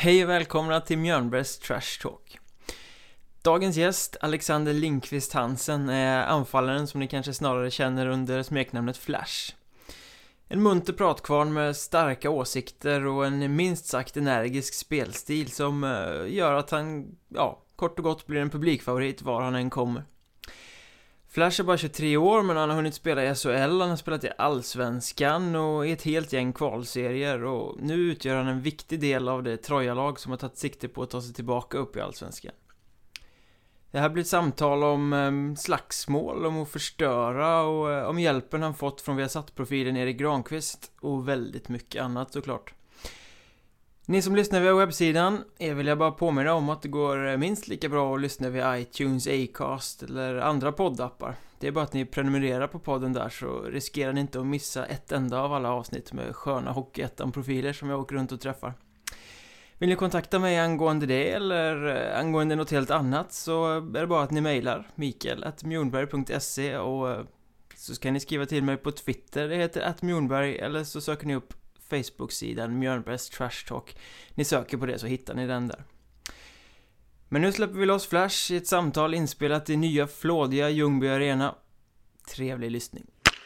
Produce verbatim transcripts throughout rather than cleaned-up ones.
Hej och välkomna till Mjölnbergs Trash Talk. Dagens gäst, Alexander Lindqvist Hansen, är anfallaren som ni kanske snarare känner under smeknamnet Flash. En munter pratkvarn med starka åsikter och en minst sagt energisk spelstil som gör att han, ja, kort och gott blir en publikfavorit var han än kommer. Flash är bara tjugotre år, men han har hunnit spela i S H L, han har spelat i Allsvenskan och i ett helt gäng kvalserier, och nu utgör han en viktig del av det Troja-lag som har tagit sikte på att ta sig tillbaka upp i Allsvenskan. Det här blir ett samtal om um, slagsmål, om att förstöra och uh, om hjälpen han fått från Viasat-profilen Erik Granqvist och väldigt mycket annat såklart. Ni som lyssnar via webbsidan, är vill jag bara påminna om att det går minst lika bra att lyssna via iTunes, Acast eller andra poddappar. Det är bara att ni prenumererar på podden där, så riskerar ni inte att missa ett enda av alla avsnitt med sköna Hockeyettan-profiler som jag åker runt och träffar. Vill ni kontakta mig angående det eller angående något helt annat, så är det bara att ni mejlar mikael at mjornberg punkt se, och så ska ni skriva till mig på Twitter, det heter at mjornberg, eller så söker ni upp Facebook-sidan Mjölnbergs Trash Talk. Ni söker på det så hittar ni den där. Men nu släpper vi loss Flash i ett samtal inspelat i nya flådiga Ljungby Arena. Trevlig lyssning.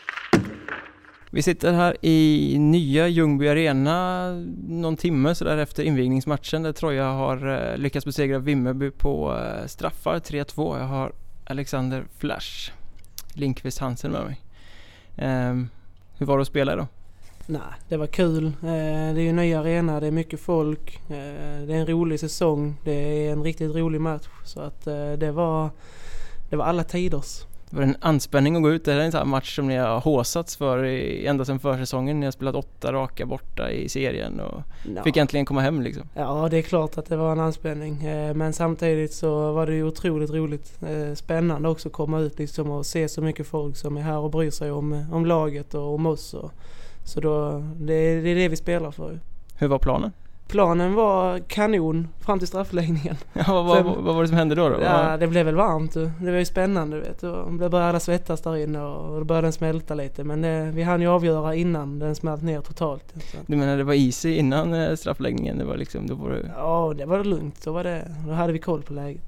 Vi sitter här i nya Ljungby Arena någon timme så där efter invigningsmatchen där Troja har lyckats besegra Vimmerby på straffar tre två. Jag har Alexander Flash Lindqvist Hansen med mig. Um, hur var det att spela då? Nej, det var kul. Det är ju en ny arena, det är mycket folk. Det är en rolig säsong. Det är en riktigt rolig match. Så att det var, det var alla tiders. Det var en anspänning att gå ut. Det här är en sån här match som ni har håsats för ända sedan försäsongen. Ni har spelat åtta raka borta i serien och ja. Fick äntligen komma hem liksom. Ja, det är klart att det var en anspänning. Men samtidigt så var det ju otroligt roligt. Spännande också att komma ut liksom och se så mycket folk som är här och bryr sig om, om laget och om oss. Och så då, det, är, det är det vi spelar för. Hur var planen? Planen var kanon fram till straffläggningen. Ja, vad, vad, vad var det som hände då? då? Ja, det blev väl varmt. Det var ju spännande, vet du. Det började alla svettas där inne och då började den smälta lite. Men det, vi hann ju avgöra innan den smält ner totalt. Så. Du menar det var is innan straffläggningen? Det var liksom, då var det... Ja, det var lugnt. Då, var det, då hade vi koll på läget.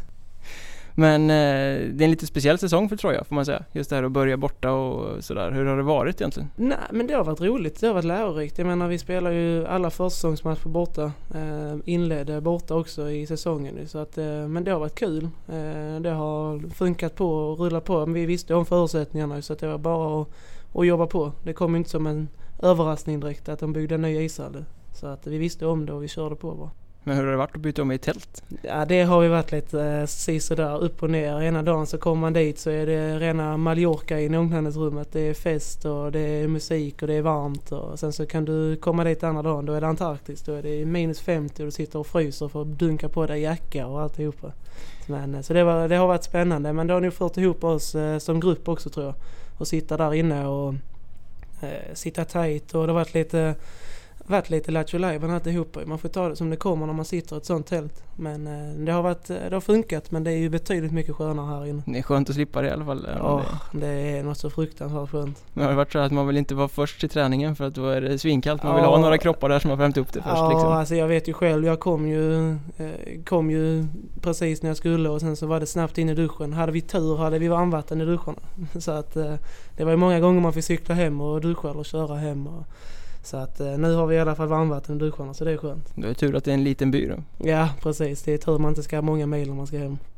Men eh, det är en lite speciell säsong för Troja, får man säga. Just det här att börja borta och sådär. Hur har det varit egentligen? Nej, men det har varit roligt. Det har varit lärorikt. Jag menar, vi spelar ju alla försäsongsmatcher borta. Eh, inledde borta också i säsongen. Så att, eh, men det har varit kul. Eh, det har funkat på och rullat på. Men vi visste om förutsättningarna så att det var bara att, att jobba på. Det kom inte som en överraskning direkt att de byggde en ny ishall. Så att vi visste om det och vi körde på bara. Men hur har det varit att byta om i tält? Ja, det har ju varit lite eh, så där upp och ner. Ena dagen så kommer man dit så är det rena Mallorca i omklädningsrummet. Det är fest och det är musik och det är varmt. Och sen så kan du komma dit andra dagen, då är det Antarktis. Då är det minus femtio och du sitter och fryser för att dunka på dig jacka och alltihopa. Men, så det, var, det har varit spännande. Men det har nog fört ihop oss eh, som grupp också, tror jag. Och sitta där inne och eh, sitta tajt. Och det har varit lite... varit lite lattjo lajban alltihop. Man får ta det som det kommer när man sitter i ett sånt tält. Men eh, det har varit, det har funkat, men det är ju betydligt mycket skönare här inne. Det är skönt att slippa det i alla fall. Ja, det... det är något så fruktansvärt skönt. Men har det varit så att man vill inte vara först till träningen för att då är det svinkallt? Man vill ja. ha några kroppar där som har värmt upp det först. Ja, liksom. alltså jag vet ju själv. Jag kom ju, eh, kom ju precis när jag skulle och sen så var det snabbt in i duschen. Hade vi tur hade vi varmvatten i duscharna. Så att eh, det var ju många gånger man fick cykla hem och duscha eller köra hem och så att eh, nu har vi i alla fall varmvatten i duscharna, så det är skönt. Det är tur att det är en liten by då. Ja, precis. Det är tur man inte ska ha många mejl när man ska hem.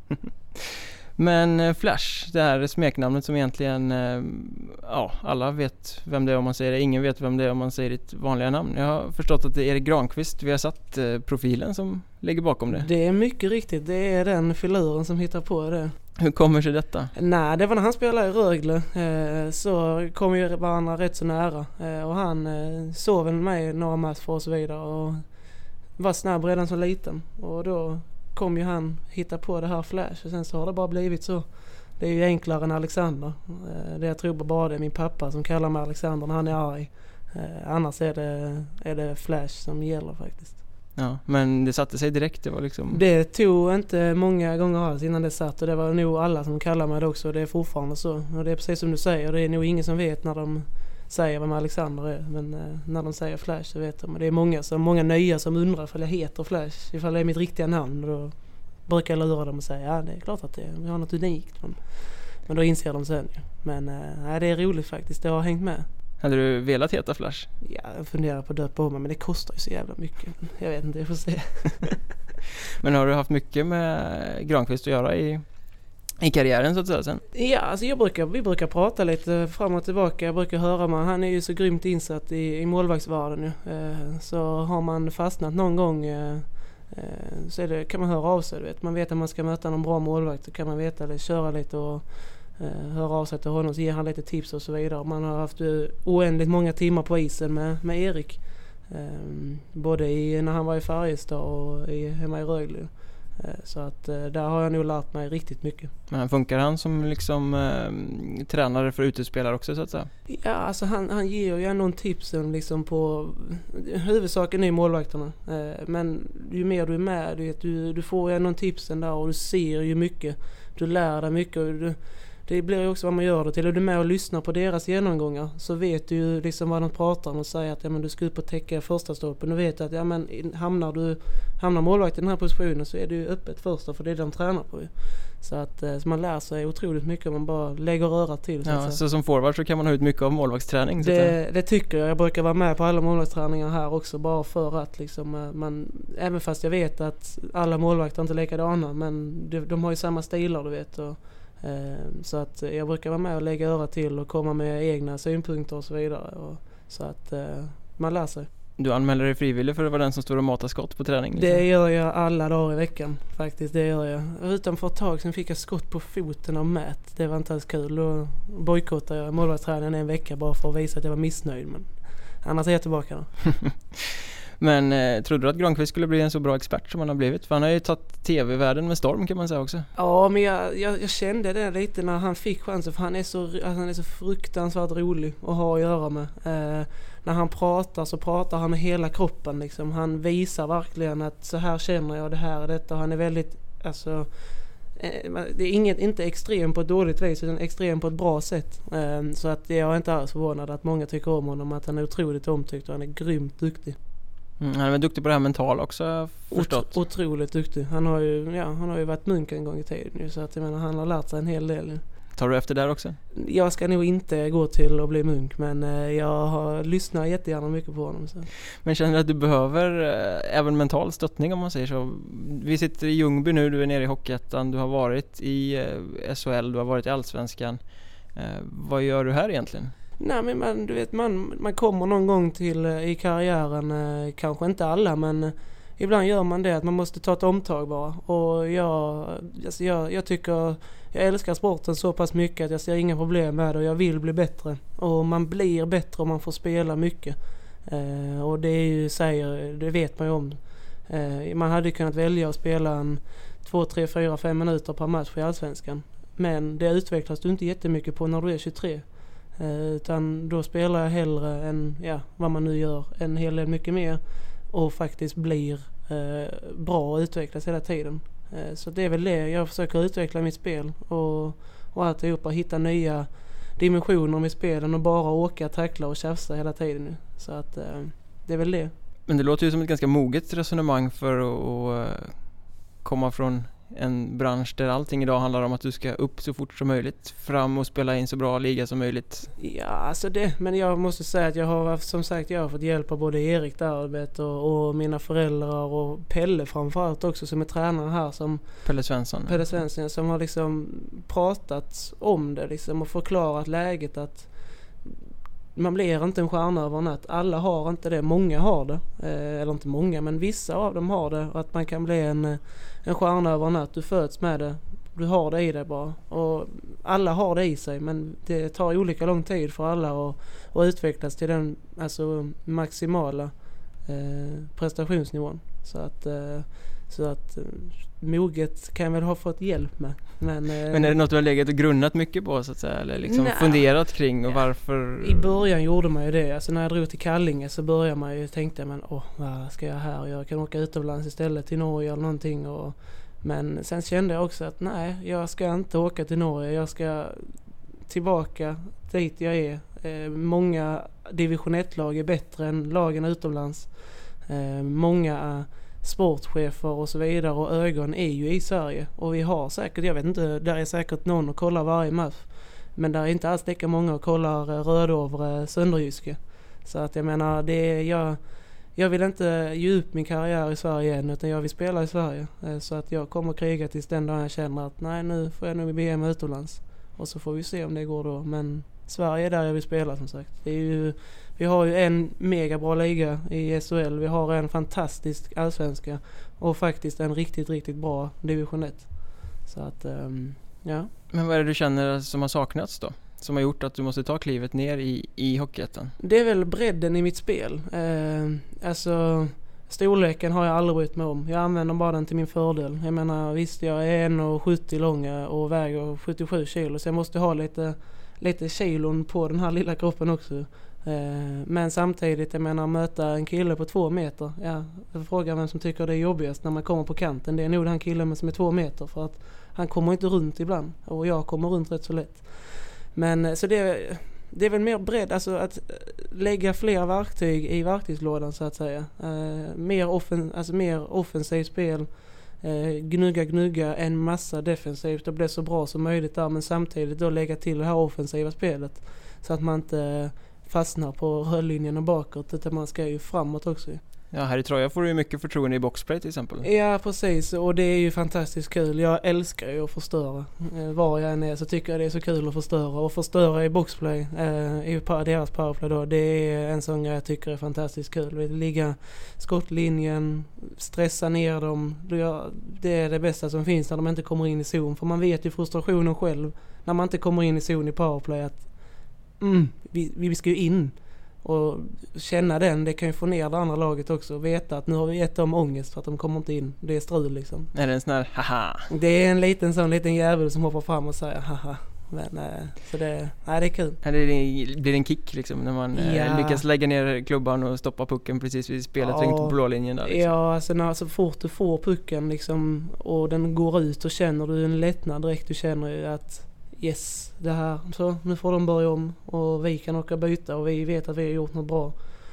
Men eh, Flash, det här smeknamnet som egentligen eh, ja, alla vet vem det är om man säger det. Ingen vet vem det är om man säger ditt vanliga namn. Jag har förstått att det är Erik Granqvist, vi har satt eh, profilen som ligger bakom det. Det är mycket riktigt. Det är den filuren som hittar på det. Hur kommer sig detta? Nej, det var när han spelade i Rögle eh, så kom ju varandra rätt så nära. Eh, och han eh, sov väl med några matcher och så vidare och var snabb redan som liten. Och då kom ju han hitta på det här Flash och sen så har det bara blivit så. Det är ju enklare än Alexander. Eh, det jag tror bara det är min pappa som kallar mig Alexander när han är arg. Eh, annars är det, är det Flash som gäller faktiskt. Ja, men det satte sig direkt, det var liksom... Det tog inte många gånger alls innan det satt och det var nog alla som kallar mig det också och det är fortfarande så. Och det är precis som du säger, det är nog ingen som vet när de, säger vem Alexander är. Men eh, när de säger Flash så vet de. Men det är många, som, många nya som undrar ifall jag heter Flash. Ifall det är mitt riktiga namn. Då brukar jag lura dem och säga ja, det är klart att det är. Vi har något unikt. Men, men då inser de sen ju. Men eh, det är roligt faktiskt. Det har hängt med. Hade du velat heta Flash? Ja, jag funderar på att döpa om mig, men det kostar ju så jävla mycket. Jag vet inte, jag får se. Men har du haft mycket med Granqvist att göra i, i karriären så att säga sen? Ja, alltså jag brukar, vi brukar prata lite fram och tillbaka. Jag brukar höra man, han är ju så grymt insatt i, i målvaktsvärlden ju. Eh, så har man fastnat någon gång eh, så är det, kan man höra av sig. Vet. Man vet att man ska möta någon bra målvakt, så kan man veta det, köra lite och eh, höra av sig till honom, så ger han lite tips och så vidare. Man har haft oändligt många timmar på isen med, med Erik. Eh, både i, när han var i Färjestad och i, hemma i Rögle. Så att där har jag nog lärt mig riktigt mycket. Men funkar han som liksom eh, tränare för utespelare också så att säga? Ja, alltså han, han ger ju någon tipsen liksom på huvudsaken är målvakterna. Eh, men ju mer du är med, du, vet, du, du får ju någon tipsen där och du ser ju mycket. Du lär dig mycket och du, det blir ju också vad man gör det till. Är du med och lyssnar på deras genomgångar så vet du ju liksom vad de pratar om och säger att ja, men du ska upp och täcka första stolpen. Du vet att ja, men hamnar, du, hamnar målvakt i den här positionen så är det ju öppet första, för det är det de tränar på ju. Så att så man lär sig otroligt mycket om man bara lägger rörat till. Så, ja, så som forward så kan man ha ut mycket av målvaktsträning? Så det, det tycker jag. Jag brukar vara med på alla målvaktsträningar här också, bara för att liksom, man, även fast jag vet att alla målvakter inte är likadana, men de, de har ju samma stilar, du vet, och så att jag brukar vara med och lägga öra till och komma med egna synpunkter och så vidare. Och så att man lär sig. Du anmäler dig frivillig för att vara den som står och matar skott på träning? Liksom. Det gör jag alla dagar i veckan faktiskt, det gör jag. Utan för ett tag sen fick jag skott på foten av Matt. Det var inte alls kul. Då bojkottade jag målvaktsträningen en vecka bara för att visa att jag var missnöjd. Men annars är jag tillbaka då. Men eh, trodde du att Granqvist skulle bli en så bra expert som han har blivit? För han har ju tagit tv-världen med storm, kan man säga också. Ja, men jag, jag, jag kände det lite när han fick chansen. För han är så, alltså han är så fruktansvärt rolig att ha att göra med. Eh, när han pratar så pratar han med hela kroppen. Liksom. Han visar verkligen att så här känner jag, det här är detta. Han är väldigt, alltså, eh, det är inget, inte extrem på ett dåligt vis, utan extrem på ett bra sätt. Eh, så att jag är inte alls förvånad att många tycker om honom. Att han är otroligt omtyckt och han är grymt duktig. Mm, han är väl duktig på det här mentala också, förstått. Ot- otroligt duktig. Han har ju, ja, han har ju varit munk en gång i tiden nu, så att jag menar, han har lärt sig en hel del. Tar du efter där också? Jag ska nog inte gå till att bli munk, men eh, jag har lyssnat jättegärna mycket på honom. Så. Men känner du att du behöver eh, även mental stöttning, om man säger så? Vi sitter i Ljungby nu, du är nere i Hockeyettan, du har varit i eh, S H L, du har varit i Allsvenskan. Eh, vad gör du här egentligen? Nej, men man, du vet, man, man kommer någon gång till i karriären, eh, kanske inte alla, men eh, ibland gör man det att man måste ta ett omtag bara. Och jag, alltså jag, jag tycker, jag älskar sporten så pass mycket att jag ser inga problem med det och jag vill bli bättre. Och man blir bättre om man får spela mycket. Eh, och det är ju, säger, det vet man ju om. Eh, man hade kunnat välja att spela en två, tre, fyra, fem minuter per match i Allsvenskan. Men det utvecklas du inte jättemycket på när du är tjugotre. Uh, utan då spelar jag hellre än ja, vad man nu gör en hel del mycket mer och faktiskt blir uh, bra och utvecklas hela tiden. Uh, så det är väl det jag försöker utveckla mitt spel och, och alltihopa, hitta nya dimensioner med spelen och bara åka, tackla och tjafsa hela tiden nu. Så att uh, det är väl det. Men det låter ju som ett ganska moget resonemang för att, att komma från en bransch där allting idag handlar om att du ska upp så fort som möjligt, fram och spela in så bra liga som möjligt. Ja, alltså det, men jag måste säga att jag har, som sagt, jag har fått hjälp av både Erik där och, och mina föräldrar och Pelle framförallt också, som är tränare här, som Pelle Svensson. Pelle Svensson, som har liksom pratat om det liksom och förklarat läget, att man blir inte en stjärna över natt. Alla har inte det, många har det. Eh, eller inte många, men vissa av dem har det. Och att man kan bli en, en stjärna över natt. Du föds med det. Du har det i dig bara. Och alla har det i sig, men det tar olika lång tid för alla att, att utvecklas till den, alltså, maximala eh, prestationsnivån. Så att, eh, så att eh, moget kan jag väl ha fått hjälp med. Men, eh, men är det något du har legat och grunnat mycket på, så att säga? Eller liksom nej, funderat kring och varför? I början gjorde man ju det. Alltså när jag drog till Kallinge så började man ju, tänkte man, åh, vad ska jag här? Jag kan åka utomlands istället, till Norge eller någonting. Och, men sen kände jag också att nej, jag ska inte åka till Norge. Jag ska tillbaka dit jag är. Eh, många division ett-lag är bättre än lagen utomlands. Eh, många sportchefer och så vidare och ögon är ju i Sverige. Och vi har säkert, jag vet inte, där är säkert någon att kolla varje match. Men där är inte alls lika många att kolla Rödovre Sönderjyske. Så att jag menar, det är, jag, jag vill inte ge upp min karriär i Sverige än, utan jag vill spela i Sverige. Eh, så att jag kommer kriga tills den dagen jag känner att nej, nu får jag nog bege mig utomlands. Och så får vi se om det går då. Men Sverige är där jag vill spela, som sagt. Det är ju, vi har ju en mega bra liga i S H L. Vi har en fantastisk allsvenska. Och faktiskt en riktigt, riktigt bra division ett. Så att, um, ja. Men vad är det du känner som har saknats då? Som har gjort att du måste ta klivet ner i, i Hockeyettan? Det är väl bredden i mitt spel. Uh, alltså... Storleken har jag aldrig brytt mig om. Jag använder bara den till min fördel. Jag menar, visst, jag är en komma sjuttio långa och väger sjuttiosju kilo. Så jag måste ha lite, lite kilon på den här lilla kroppen också. Eh, men samtidigt, jag menar, möta en kille på två meter. Ja, jag frågar vem som tycker det är jobbigast när man kommer på kanten. Det är nog den killen som är två meter. För att han kommer inte runt ibland. Och jag kommer runt rätt så lätt. Men så det... Det är väl mer bredd, alltså att lägga fler verktyg i verktygslådan så att säga. Eh, mer, offen, alltså mer offensivt spel, eh, gnugga gnugga en massa defensivt och bli så bra som möjligt där, men samtidigt då lägga till det här offensiva spelet så att man inte fastnar på rödlinjen och bakåt, utan man ska ju framåt också. Ja, här i Troja får du ju mycket förtroende i boxplay till exempel. Ja, precis. Och det är ju fantastiskt kul. Jag älskar ju att förstöra. Eh, var jag än är så tycker jag det är så kul att förstöra. Och förstöra i boxplay, eh, i deras powerplay då, det är en sån grej jag tycker är fantastiskt kul. Ligga skottlinjen, stressa ner dem. Det är det bästa som finns när de inte kommer in i zon. För man vet ju frustrationen själv när man inte kommer in i zon i powerplay att mm, vi, vi ska ju in. Och känna den, det kan ju få ner det andra laget också. Och veta att nu har vi gett dem ångest för att de kommer inte in. Det är strul liksom. Är det en sån här haha? Det är en liten sån liten jävel som hoppar fram och säger haha. Men äh, så det, nej, det är kul. Ja, det blir det en kick liksom när man ja. äh, lyckas lägga ner klubban och stoppa pucken precis vid spelet ja. ringt på blå linjen där liksom. Ja, alltså när, så fort du får pucken liksom och den går ut och känner du en lättnad direkt. Du känner ju att yes, det här, så nu får de börja om och vi kan åka byta och vi vet att vi har gjort något bra.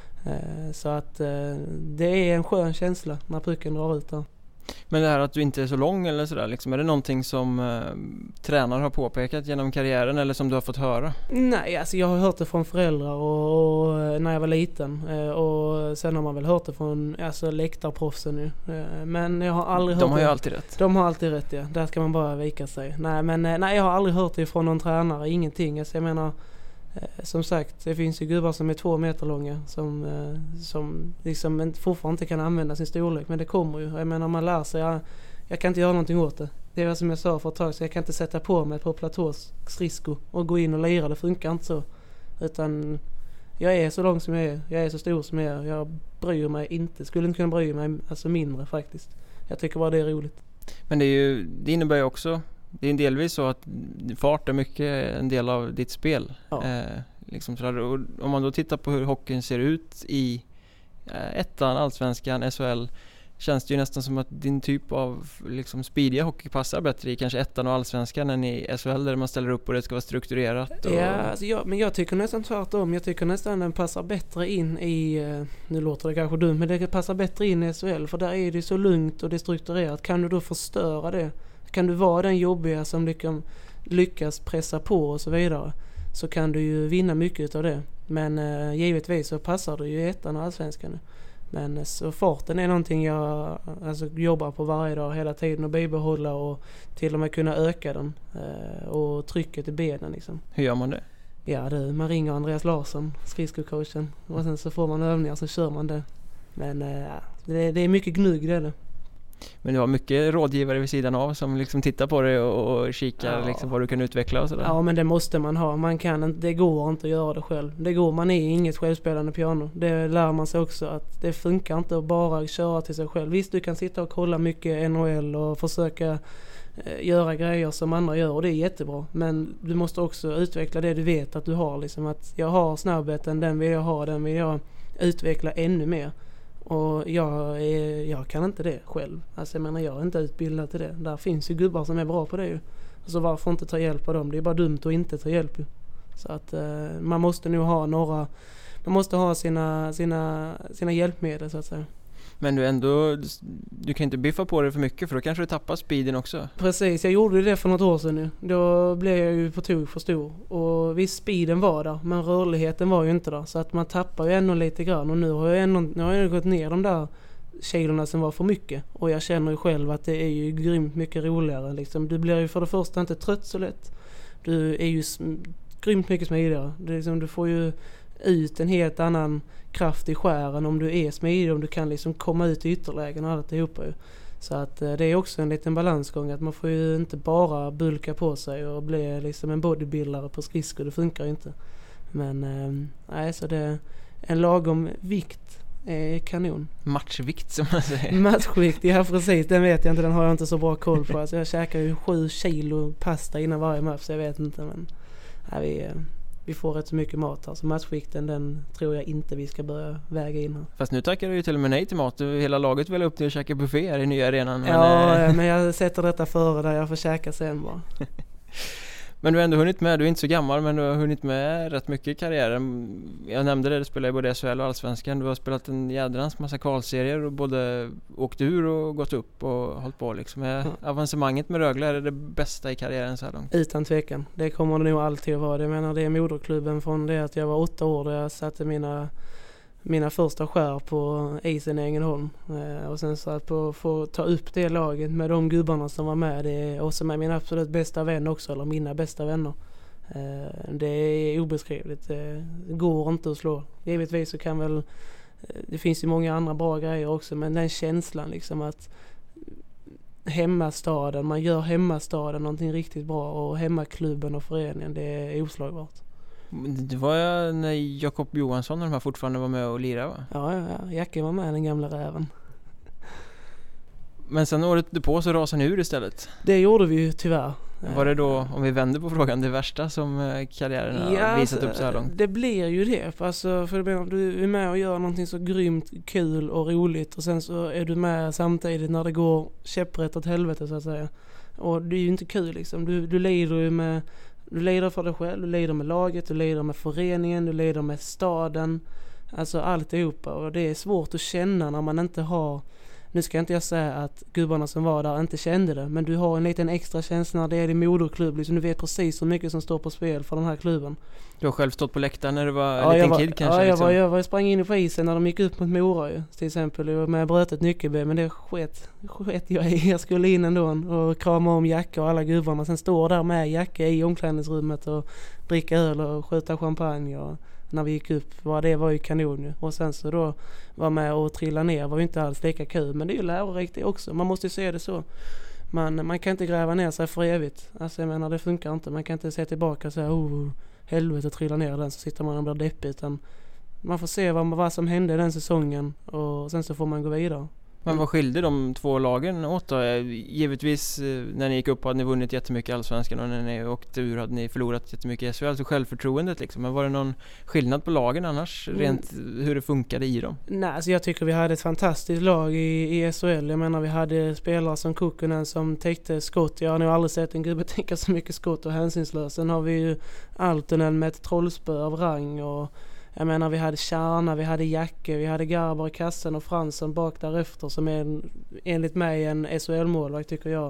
Eh, så att eh, det är en skön känsla när pucken drar ut där. Men det här att du inte är så lång eller sådär, liksom, är det någonting som eh, tränare har påpekat genom karriären eller som du har fått höra? Nej, alltså jag har hört det från föräldrar och, och när jag var liten eh, och sen har man väl hört det från alltså, läktarproffsen nu. Eh, men jag har aldrig hört De har det. ju alltid rätt. De har alltid rätt, ja. Där ska man bara vika sig. Nej, men eh, nej, jag har aldrig hört det från någon tränare, ingenting. Alltså, jag menar, eh, som sagt, det finns ju gubbar som är två meter långa som, eh, som liksom fortfarande inte kan använda sin storlek, men det kommer ju. Jag menar, man lär sig, jag, jag kan inte göra någonting åt det. Det är som jag sa för ett tag, så jag kan inte sätta på mig på platås skridsko och gå in och lira, det funkar inte så. Utan jag är så lång som jag är, jag är så stor som jag är, jag bryr mig inte, skulle inte kunna bry mig alltså mindre faktiskt. Jag tycker bara det är roligt. Men det, är ju, det innebär ju också, det är en delvis så att fart är mycket en del av ditt spel. Ja. Eh, liksom sådär. Och om man då tittar på hur hockeyn ser ut i eh, ettan, allsvenskan, S H L, känns det ju nästan som att din typ av liksom speediga hockey passar bättre i kanske ettan och allsvenskan än i S H L där man ställer upp och det ska vara strukturerat. Och... Ja, alltså jag, men jag tycker nästan tvärtom. Jag tycker nästan den passar bättre in i, nu låter det kanske dumt, men det passar bättre in i S H L för där är det så lugnt och det är strukturerat. Kan du då förstöra det? Kan du vara den jobbiga som lyckas, lyckas pressa på och så vidare, så kan du ju vinna mycket av det. Men eh, givetvis så passar det ju ettan och allsvenskan. Men så farten är någonting jag alltså, jobbar på varje dag hela tiden och bibehålla och till och med kunna öka den eh, och trycket i benen liksom. Hur gör man det? Ja, det, man ringer Andreas Larsson, skridskocoachen, och sen så får man övningar så kör man det. Men eh, det, det är mycket gnugg det är det. Men du har mycket rådgivare vid sidan av som liksom tittar på det och, och kikar ja. liksom vad du kan utveckla och sådär. Ja, men det måste man ha. Man kan, det går inte att göra det själv. Det går, man är inget självspelande piano. Det lär man sig också att det funkar inte att bara köra till sig själv. Visst, du kan sitta och kolla mycket N H L och försöka eh, göra grejer som andra gör och det är jättebra. Men du måste också utveckla det du vet att du har. Liksom att jag har snabbheten, den vill jag ha, den vill jag utveckla ännu mer. Och jag, är, jag kan inte det själv. Alltså jag menar, jag är inte utbildad till det. Där finns ju gubbar som är bra på det ju. Så varför inte ta hjälp av dem? Det är bara dumt att inte ta hjälp ju. Så att eh, man måste nog ha några, man måste ha sina, sina, sina hjälpmedel så att säga. Men du ändå, du kan inte biffa på det för mycket för då kanske du tappar speeden också. Precis, jag gjorde det för något år sedan nu. Då blev jag ju på tog för stor. Och visst, speeden var där, men rörligheten var ju inte där. Så att man tappar ju ändå lite grann. Och nu har jag ändå, nu har jag gått ner de där kilorna som var för mycket. Och jag känner ju själv att det är ju grymt mycket roligare. Liksom. Du blir ju för det första inte trött så lätt. Du är ju sm- grymt mycket smidigare. Det är liksom, du får ju ut en helt annan kraft i skären om du är smidig, om du kan liksom komma ut i ytterlägen och allt ihop. Så att eh, det är också en liten balansgång att man får ju inte bara bulka på sig och bli liksom en bodybuildare på skridskor, det funkar ju inte. Men eh, nej, så det en lagom vikt är kanon. Matchvikt som man säger. Matchvikt, ja precis, den vet jag inte, den har jag inte så bra koll på. Alltså, jag käkar ju sju kilo pasta innan varje match, så jag vet inte, men nej, vi eh, Vi får rätt så mycket mat här. Så matchvikten, den tror jag inte vi ska börja väga in här. Fast nu tackar du ju till och med nej till mat. Hela laget vill upp till att käka buffé här i nya arenan. Men ja, äh... men jag sätter detta före där jag får käka sen bara. Men du har ändå hunnit med, du är inte så gammal men du har hunnit med rätt mycket i karriären. Jag nämnde det, du spelar i både S H L och Allsvenskan. Du har spelat en jädrans massa kvalserier och både åkt ur och gått upp och hållit på liksom. Är mm. avancemanget med Rögle, är det det bästa i karriären så här långt? Utan tvekan, det kommer det nog alltid att vara. Jag menar, det är moderklubben från det att jag var åtta år där jag satte mina mina första skär på isen i Ängelholm. Eh, och sen så att på, få ta upp det laget med de gubbarna som var med. Det är också med min absolut bästa vän också, eller mina bästa vänner. Eh, det är obeskrivligt. Det går inte att slå. Givetvis så kan väl, det finns ju många andra bra grejer också, men den känslan liksom att hemmastaden, man gör hemmastaden någonting riktigt bra och hemmaklubben och föreningen, det är oslagbart. Det var jag när Jakob Johansson och de här fortfarande var med och lirade, va? Ja, ja, ja. Jacke var med, den gamla räven. Men sen året på så rasade ni ur istället. Det gjorde vi ju tyvärr. Var det då, om vi vänder på frågan, det värsta som karriären har ja, visat upp så här långt? Det blir ju det. Alltså, för du är med och gör någonting så grymt kul och roligt och sen så är du med samtidigt när det går käpprätt åt helvete så att säga. Och det är ju inte kul liksom. Du, du lider ju med Du lider för dig själv, du lider med laget, du lider med föreningen, du lider med staden. Alltså alltihopa. Och det är svårt att känna när man inte har... Nu ska inte jag säga att gubbarna som var där inte kände det. Men du har en liten extra känsla när det är din moderklubb. Liksom du vet precis hur mycket som står på spel för den här klubben. Du har själv stått på läktaren när du var ja, en liten var, kid kanske? Ja, jag, liksom. var, jag, var, jag sprang in på isen när de gick upp mot Mora ju, till exempel. Jag var med bröt ett nyckelben, men det sket, sket jag i. Jag skulle in ändå och krama om Jacka och alla gubbarna. Sen står där med Jacka i omklädningsrummet och dricka öl och skjuta champagne. Och när vi gick upp, var det var ju kanon ju. Och sen så då var med och trilla ner var ju inte alls lika kul. Men det är ju lärorikt det också. Man måste ju se det så. Man, man kan inte gräva ner sig för evigt. Alltså jag menar, det funkar inte. Man kan inte se tillbaka och säga, oh, helvete, trilla ner den, så sitter man och blir deppig. Utan man får se vad, vad som hände den säsongen och sen så får man gå vidare. Men vad skilde de två lagen åt då? Givetvis när ni gick upp hade ni vunnit jättemycket i Allsvenskan och när ni åkte ur hade ni förlorat jättemycket i S H L, alltså självförtroendet liksom. Men var det någon skillnad på lagen annars, mm. rent hur det funkade i dem? Nej, alltså jag tycker vi hade ett fantastiskt lag i, i S H L. Jag menar, vi hade spelare som Kukkonen som täckte skott. Jag har nog aldrig sett en gubbe tänka så mycket skott och hänsynslös. Sen har vi ju Altonen med ett trollspö av rang och jag menar, vi hade Kärna, vi hade Jacke, vi hade Garber i kassen och Fransson bak därefter som är en, enligt mig en S H L-målvakt tycker jag.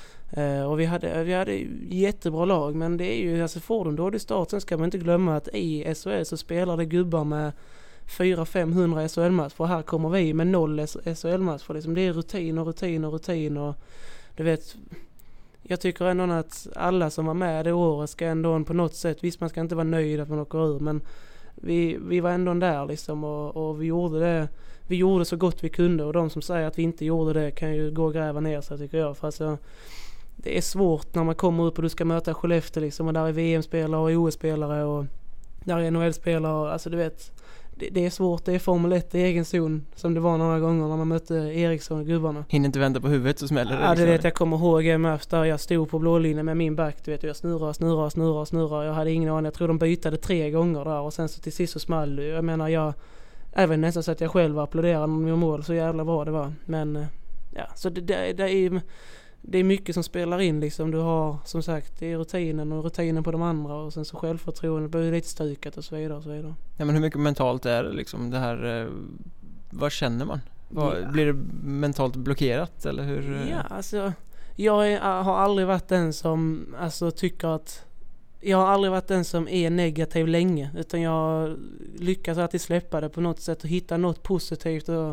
Eh, och vi hade, vi hade jättebra lag, men det är ju, alltså får de dålig start, sen ska man inte glömma att i S H L så spelar det gubbar med fyra till femhundra S H L-matcher, för här kommer vi med noll S H L-matcher. Liksom, det är rutin och rutin och rutin och du vet... Jag tycker ändå att alla som var med det året ska ändå på något sätt, visst man ska inte vara nöjd att man åker ur, men Vi, vi var ändå där liksom och, och vi gjorde det vi gjorde så gott vi kunde, och de som säger att vi inte gjorde det kan ju gå och gräva ner sig tycker jag, för alltså, det är svårt när man kommer upp och du ska möta Skellefteå liksom, och där är V M-spelare och O S-spelare och där är N H L-spelare, alltså du vet det, det är svårt, det är Formel ett i egen zon som det var några gånger när man mötte Eriksson och gubbarna. Hinner inte vänta på huvudet så smäller det. Ja, det liksom. vet jag kommer ihåg M F där jag stod på blålinjen med min back, du vet, jag snurrar, snurrar, snurrar, snurrar. Jag hade ingen aning, jag tror de bytade tre gånger där och sen så till sist så small det. Jag menar, jag även nästan så att jag själv applåderade med mål, så jävla bra det var. Men ja, så det, det, det är det är mycket som spelar in liksom. Du har som sagt, det är rutinen och rutinen på de andra och sen så självförtroende blir lite stukat och så vidare och så vidare. Ja, men hur mycket mentalt är det liksom det här, eh, vad känner man? Vad, Ja. Blir det mentalt blockerat eller hur? eh? Ja, alltså jag är, har aldrig varit den som alltså tycker att jag har aldrig varit den som är negativ länge, utan jag lyckas alltid släppa det på något sätt och hitta något positivt och,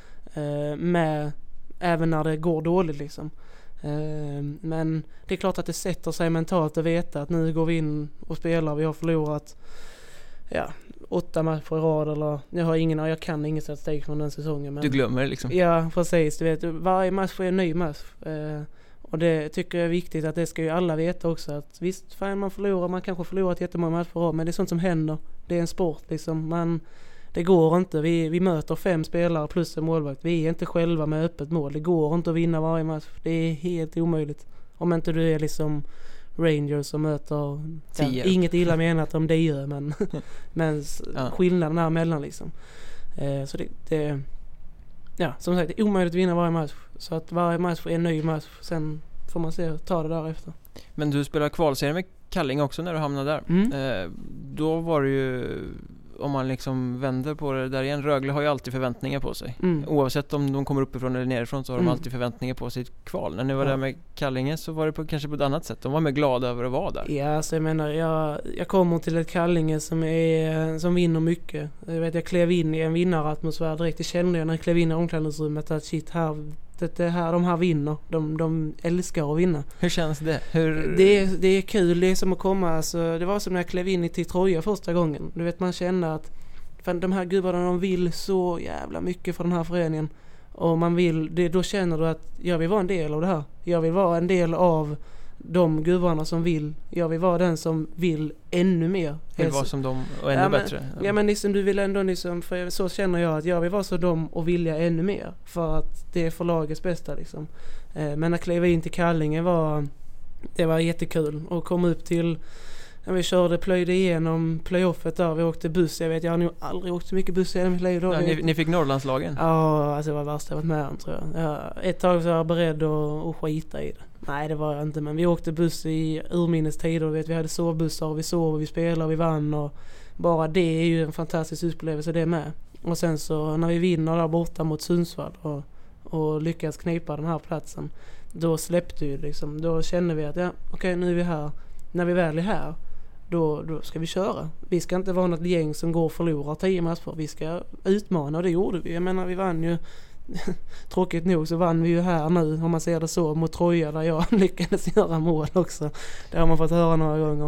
eh, med även när det går dåligt liksom. Eh, men det är klart att det sätter sig mentalt att veta att nu går vi in och spelar, vi har förlorat ja, åtta matcher i rad eller jag har ingen, jag kan ingen statistik från den säsongen. Men, Du glömmer det liksom. ja, precis. Du vet, varje match är en ny match. Eh, och det tycker jag är viktigt att det ska ju alla veta också. Att visst, fan man förlorar, man kanske förlorat jättemånga matcher i rad, men det är sånt som händer. Det är en sport liksom. Man, det går inte. Vi, vi möter fem spelare plus en målvakt. Vi är inte själva med öppet mål. Det går inte att vinna varje match. Det är helt omöjligt. Om inte du är liksom Rangers som möter ja, inget illa menat om det gör, men, men ja. Skillnaden är mellan liksom. Eh, så det, det ja, som sagt, det är omöjligt att vinna varje match. Så att varje match är en ny match. Sen får man se, ta det därefter. Men du spelar kvalserie med Kallinge också när du hamnade där. Mm. Eh, då var det ju, om man liksom vänder på det där igen, Rögle har ju alltid förväntningar på sig. Mm. Oavsett om de kommer uppifrån eller nerifrån så har mm. de alltid förväntningar på sitt kval. När ni var ja. där med Kallinge så var det på, kanske på ett annat sätt. De var mer glada över att vara där. Ja, så jag menar, jag, jag kommer till ett Kallinge som, är, som vinner mycket. Jag vet, jag klev in i en vinnaratmosfär direkt. Det kände jag när jag klev in i omklädningsrummet att shit, här, det, det här, de här vinner. De, de älskar att vinna. Hur känns det? Hur... Det, är, det är kul, det är som att komma. Alltså, det var som när jag klev in i till Troja första gången. Du vet, man känner att fan, de här gubbarna, de vill så jävla mycket för den här föreningen. Och man vill, det, då känner du att jag vill vara en del av det här. Jag vill vara en del av de gubbarna som vill. Jag vill vara den som vill ännu mer. Vill vara som dem och ännu ja, men, bättre. Ja, men liksom, du vill ändå liksom, för så känner jag att jag vill vara så dem och vilja ännu mer. För att det är för lagets bästa liksom. Eh, men att kliva in till Kallinge var, det var jättekul. Och komma upp till, när vi körde, plöjde igenom playoffet där, vi åkte buss. Jag vet, jag har nog aldrig åkt så mycket buss i hela mitt liv då. Ja, ni, ni fick Norrlandslagen? Ja, alltså det var värsta jag varit med om, tror jag. Ja, ett tag så var jag beredd att, att skita i det. Nej, det var jag inte, men vi åkte buss i urminnes tider. Vet, vi hade sovbussar och vi sov och vi spelade och vi vann. Och bara det är ju en fantastisk upplevelse det med. Och sen så när vi vinner där borta mot Sundsvall och, och lyckas knipa den här platsen, då släppte vi liksom. Då kände vi att ja, okej, okay, nu är vi här. När vi väl är här, Då, då ska vi köra. Vi ska inte vara något gäng som går och förlorar tio matcher. Vi ska utmana, och det gjorde vi. Jag menar, vi vann ju tråkigt nog så vann vi ju här nu, om man ser det så, mot Troja där jag lyckades göra mål också. Det har man fått höra några gånger.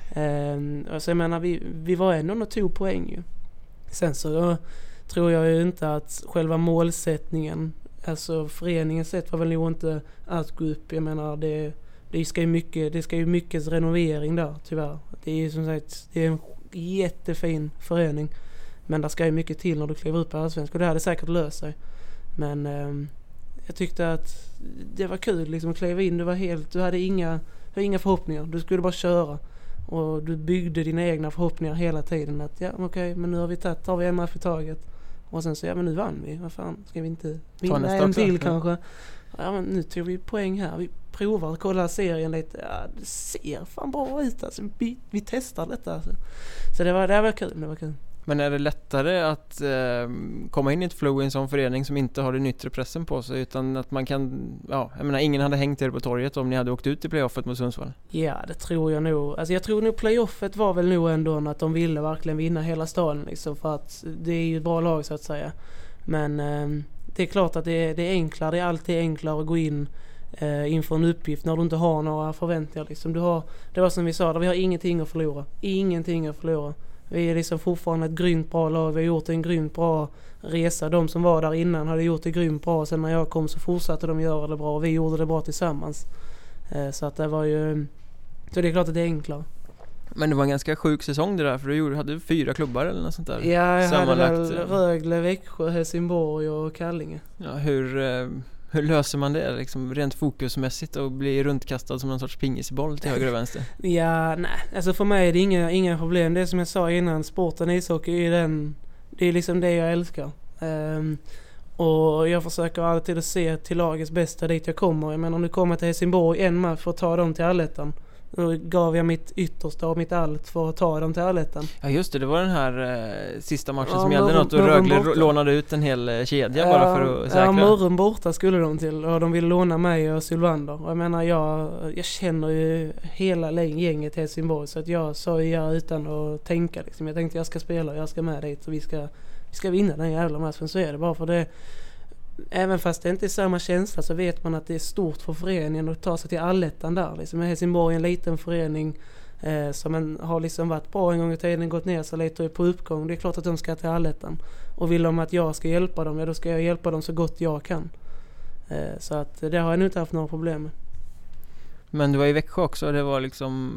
Ehm, så jag menar, vi, vi var ändå något tog poäng ju. Sen så då, tror jag ju inte att själva målsättningen, alltså föreningens sätt var väl nog inte att gå upp. Jag menar, det Det ska ju mycket, det ska ju mycket renovering där, tyvärr. Det är ju som sagt, det är en jättefin förening. Men det ska ju mycket till när du kliver upp på Allsvenskan. Och det hade säkert löst sig. Men eh, jag tyckte att det var kul liksom att kliva in. Du var helt, du hade inga, du hade inga förhoppningar. Du skulle bara köra. Och du byggde dina egna förhoppningar hela tiden. Att ja, okej, okay, men nu har vi tagit, tar vi en match i taget. Och sen så, ja men nu vann vi. Vad fan, ska vi inte vinna en till ja. kanske? Ja, men nu tog vi poäng här. Vi provar att kolla serien lite. Ja, det ser fan bra ut. Alltså, vi, vi testar detta. Alltså. Så det var, det var kul. Det var kul. Men är det lättare att eh, komma in i ett flow i en sån förening som inte har den yttre pressen på sig, utan att man kan, ja, jag menar, ingen hade hängt er på torget om ni hade åkt ut i playoffet mot Sundsvall? Ja, det tror jag nog. Alltså jag tror nog playoffet var väl nog ändå att de ville verkligen vinna hela staden liksom, för att det är ju ett bra lag så att säga. Men eh, det är klart att det är, det är enklare, det är alltid enklare att gå in eh, inför en uppgift när du inte har några förväntningar liksom. Du har, det var som vi sa, där vi har ingenting att förlora. Ingenting att förlora. Vi är liksom fortfarande ett grymt bra lag. Vi har gjort en grymt bra resa. De som var där innan hade gjort det grymt bra. Sen när jag kom så fortsatte de göra det bra. Och vi gjorde det bra tillsammans. Eh, så att det var ju... Så det är klart att det är enklare. Men det var en ganska sjuk säsong det där. För du hade fyra klubbar eller något sånt där. Ja, jag hade väl Rögle, Växjö, Helsingborg och Kallinge. Ja, hur... Eh... Hur löser man det liksom, rent fokusmässigt och bli runtkastad som någon sorts pingisboll till höger och vänster? Ja, nej. Alltså för mig är det inga, inga problem. Det är som jag sa innan, sporten ishockey är den, det är liksom det jag älskar. Um, Och jag försöker alltid att se till lagets bästa dit jag kommer. Jag menar, om du kommer till Helsingborg en match för att ta dem till allettan. Då gav jag mitt yttersta och mitt allt för att ta dem till allettan. Ja just det, det var den här eh, sista matchen ja, som gällde något och Rögle borta. Lånade ut en hel eh, kedja ja, bara för att säkra. Ja, Mörrum borta skulle de till och de ville låna mig och Sylvander. Och jag menar, jag, jag känner ju hela gänget i Helsingborg så att jag sa ju ja utan att tänka liksom. Jag tänkte jag ska spela, jag ska med dit och vi ska, vi ska vinna den jävla matchen, så är det bara för det. Även fast det inte är samma känsla så vet man att det är stort för föreningen att ta sig till allettan där. Liksom Helsingborg är en liten förening eh, som en, har liksom varit bra en gång i tiden, gått ner så lite på uppgång. Det är klart att de ska till allettan. Och vill de att jag ska hjälpa dem, ja då ska jag hjälpa dem så gott jag kan. Eh, så att det har jag nu inte haft några problem med. Men du var i Växjö också, det var liksom...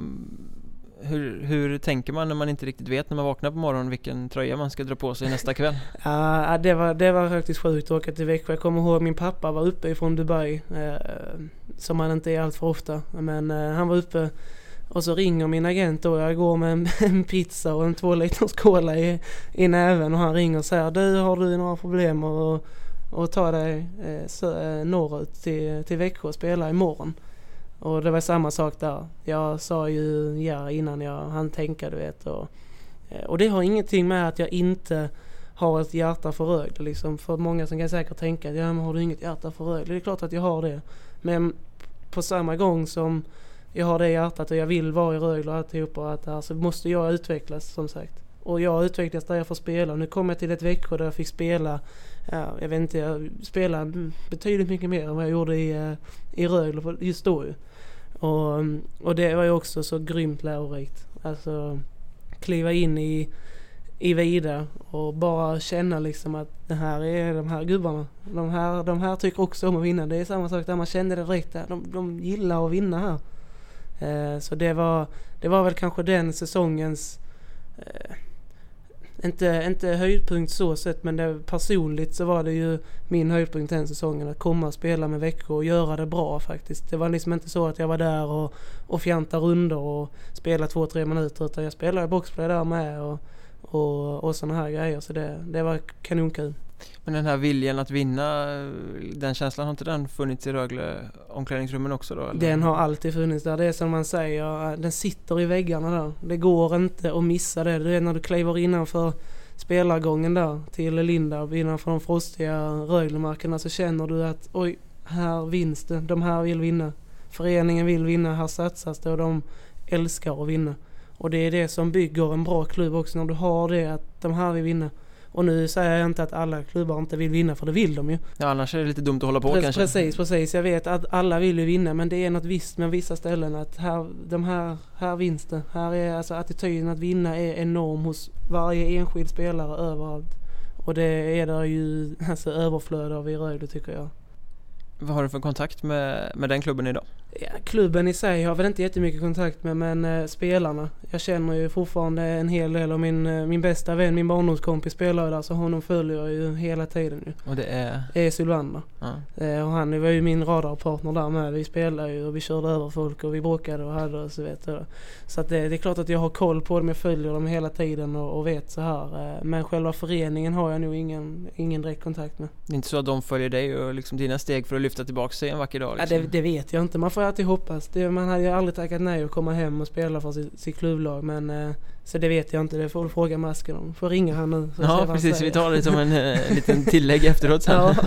Hur, hur tänker man när man inte riktigt vet när man vaknar på morgonen vilken tröja man ska dra på sig nästa kväll? Ja, det var, det var faktiskt sjukt att åka till Växjö. Jag kommer ihåg att min pappa var uppe från Dubai, eh, som han inte är allt för ofta. Men eh, han var uppe och så ringer min agent och jag går med en, en pizza och en två liters cola i, i näven och han ringer och säger: du, har du några problem och, och ta dig eh, så, eh, norrut till, till Växjö och spela imorgon? Och det var samma sak där. Jag sa ju ja innan jag hann tänka, du vet. Och, och det har ingenting med att jag inte har ett hjärta för Rögle. Liksom. För många som kan säkert tänka att ja, men har du inget hjärta för Rögle? Det är klart att jag har det. Men på samma gång som jag har det hjärtat och jag vill vara i Rögle och alltihopa, att alltså, måste jag utvecklas som sagt. Och jag utvecklas där jag får spela. Nu kommer jag till ett Växjö där jag fick spela, ja, jag vet inte, jag spelade betydligt mycket mer än vad jag gjorde i, i Rögle just då ju. Och, och det var ju också så grymt lärorikt. Alltså kliva in i, i Vida och bara känna liksom att det här är de här gubbarna. De här, de här tycker också om att vinna. Det är samma sak där, man kände det direkt där. De, de gillar att vinna här. Eh, så det var, det var väl kanske den säsongens eh, inte, inte höjdpunkt så sett, men det, personligt så var det ju min höjdpunkt den säsongen, att komma och spela med Växjö och göra det bra faktiskt. Det var liksom inte så att jag var där och, och fjanta runder och spela två, tre minuter, utan jag spelade boxplay där med och, och, och såna här grejer, så det, det var kanonkul. Men den här viljan att vinna, den känslan, har inte den funnits i Rögle omklädningsrummen också då? Eller? Den har alltid funnits där. Det är som man säger, den sitter i väggarna där. Det går inte att missa det. Det är när du kliver innanför spelargången där till Linda, innanför de frostiga Röglemarkerna, så känner du att oj, här vinns det. De här vill vinna. Föreningen vill vinna, här satsas det och de älskar att vinna. Och det är det som bygger en bra klubb också, när du har det, att de här vill vinna. Och nu säger jag inte att alla klubbar inte vill vinna, för det vill de ju. Ja, annars är det lite dumt att hålla på precis, kanske. Precis, precis. Jag vet att alla vill ju vinna, men det är något visst med vissa ställen att här, de här, här vinns det. Här är alltså attityden att vinna är enorm hos varje enskild spelare överallt. Och det är där ju alltså överflöd av i Rögle, tycker jag. Vad har du för kontakt med, med den klubben idag? Ja, klubben i sig har jag väl inte jättemycket kontakt med, men eh, spelarna. Jag känner ju fortfarande en hel del av min, eh, min bästa vän, min barndomskompis spelar där, så honom följer jag ju hela tiden ju. Och det är? Det är Sylvander. Ja. Eh, och han var ju min radarpartner där med. Vi spelade ju och vi körde över folk och vi bråkade och hade och så vet du. Så att det, det är klart att jag har koll på dem, jag följer dem hela tiden och, och vet så här. Eh, men själva föreningen har jag nog ingen, ingen direkt kontakt med. Det är inte så att de följer dig och liksom dina steg för att lyfta tillbaka sig en vacker dag? Liksom. Ja, det, det vet jag inte. Man får alltid hoppas. Det, man hade ju aldrig tackat nej att komma hem och spela för sitt, sitt klubblag. Men, eh, så det vet jag inte. Det får du fråga Masken om. Får ringa han nu. Ja, precis. Vi tar det som en eh, liten tillägg efteråt sen. Ja.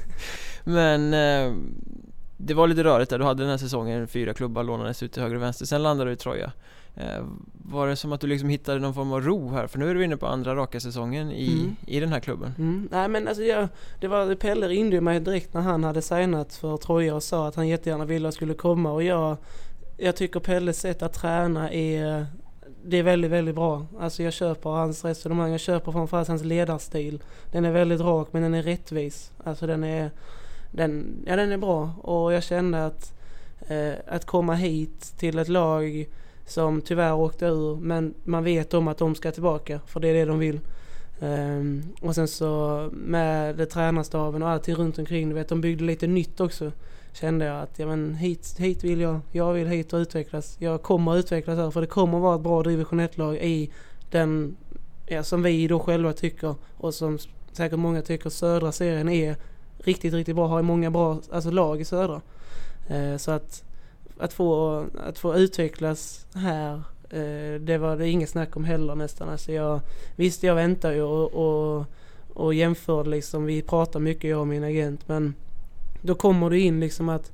Men eh, det var lite rörigt där. Du hade den här säsongen fyra klubbar lånades ut till höger och vänster. Sen landade du i Troja. Eh, var det som att du liksom hittade någon form av ro här? För nu är du inne på andra raka säsongen i, mm. i den här klubben. Mm. Nej, men alltså jag, det var Pelle ringde mig direkt när han hade signat för Troja och sa att han jättegärna ville att skulle komma. Och jag, jag tycker Pelles sätt att träna är, det är väldigt, väldigt bra. Alltså jag köper hans resonemang. Jag köper framförallt hans ledarstil. Den är väldigt rak, men den är rättvis. Alltså den är, den, ja, den är bra. Och jag kände att, eh, att komma hit till ett lag som tyvärr åkte ur, men man vet om att de ska tillbaka, för det är det de vill. Um, och sen så med det tränarstaven och allting runt omkring, du vet, de byggde lite nytt också. Kände jag att ja, men hit, hit vill jag, jag vill hit och utvecklas. Jag kommer att utvecklas här, för det kommer att vara ett bra division ett-lag i den, ja, som vi då själva tycker och som säkert många tycker södra serien är riktigt, riktigt bra. Har många bra alltså lag i södra. Eh, så att, att, få, att få utvecklas här, eh, det var det inget snack om heller nästan. Alltså jag, visst, jag väntar ju och, och, och jämför liksom. Vi pratar mycket, jag och min agent. Men då kommer du in liksom att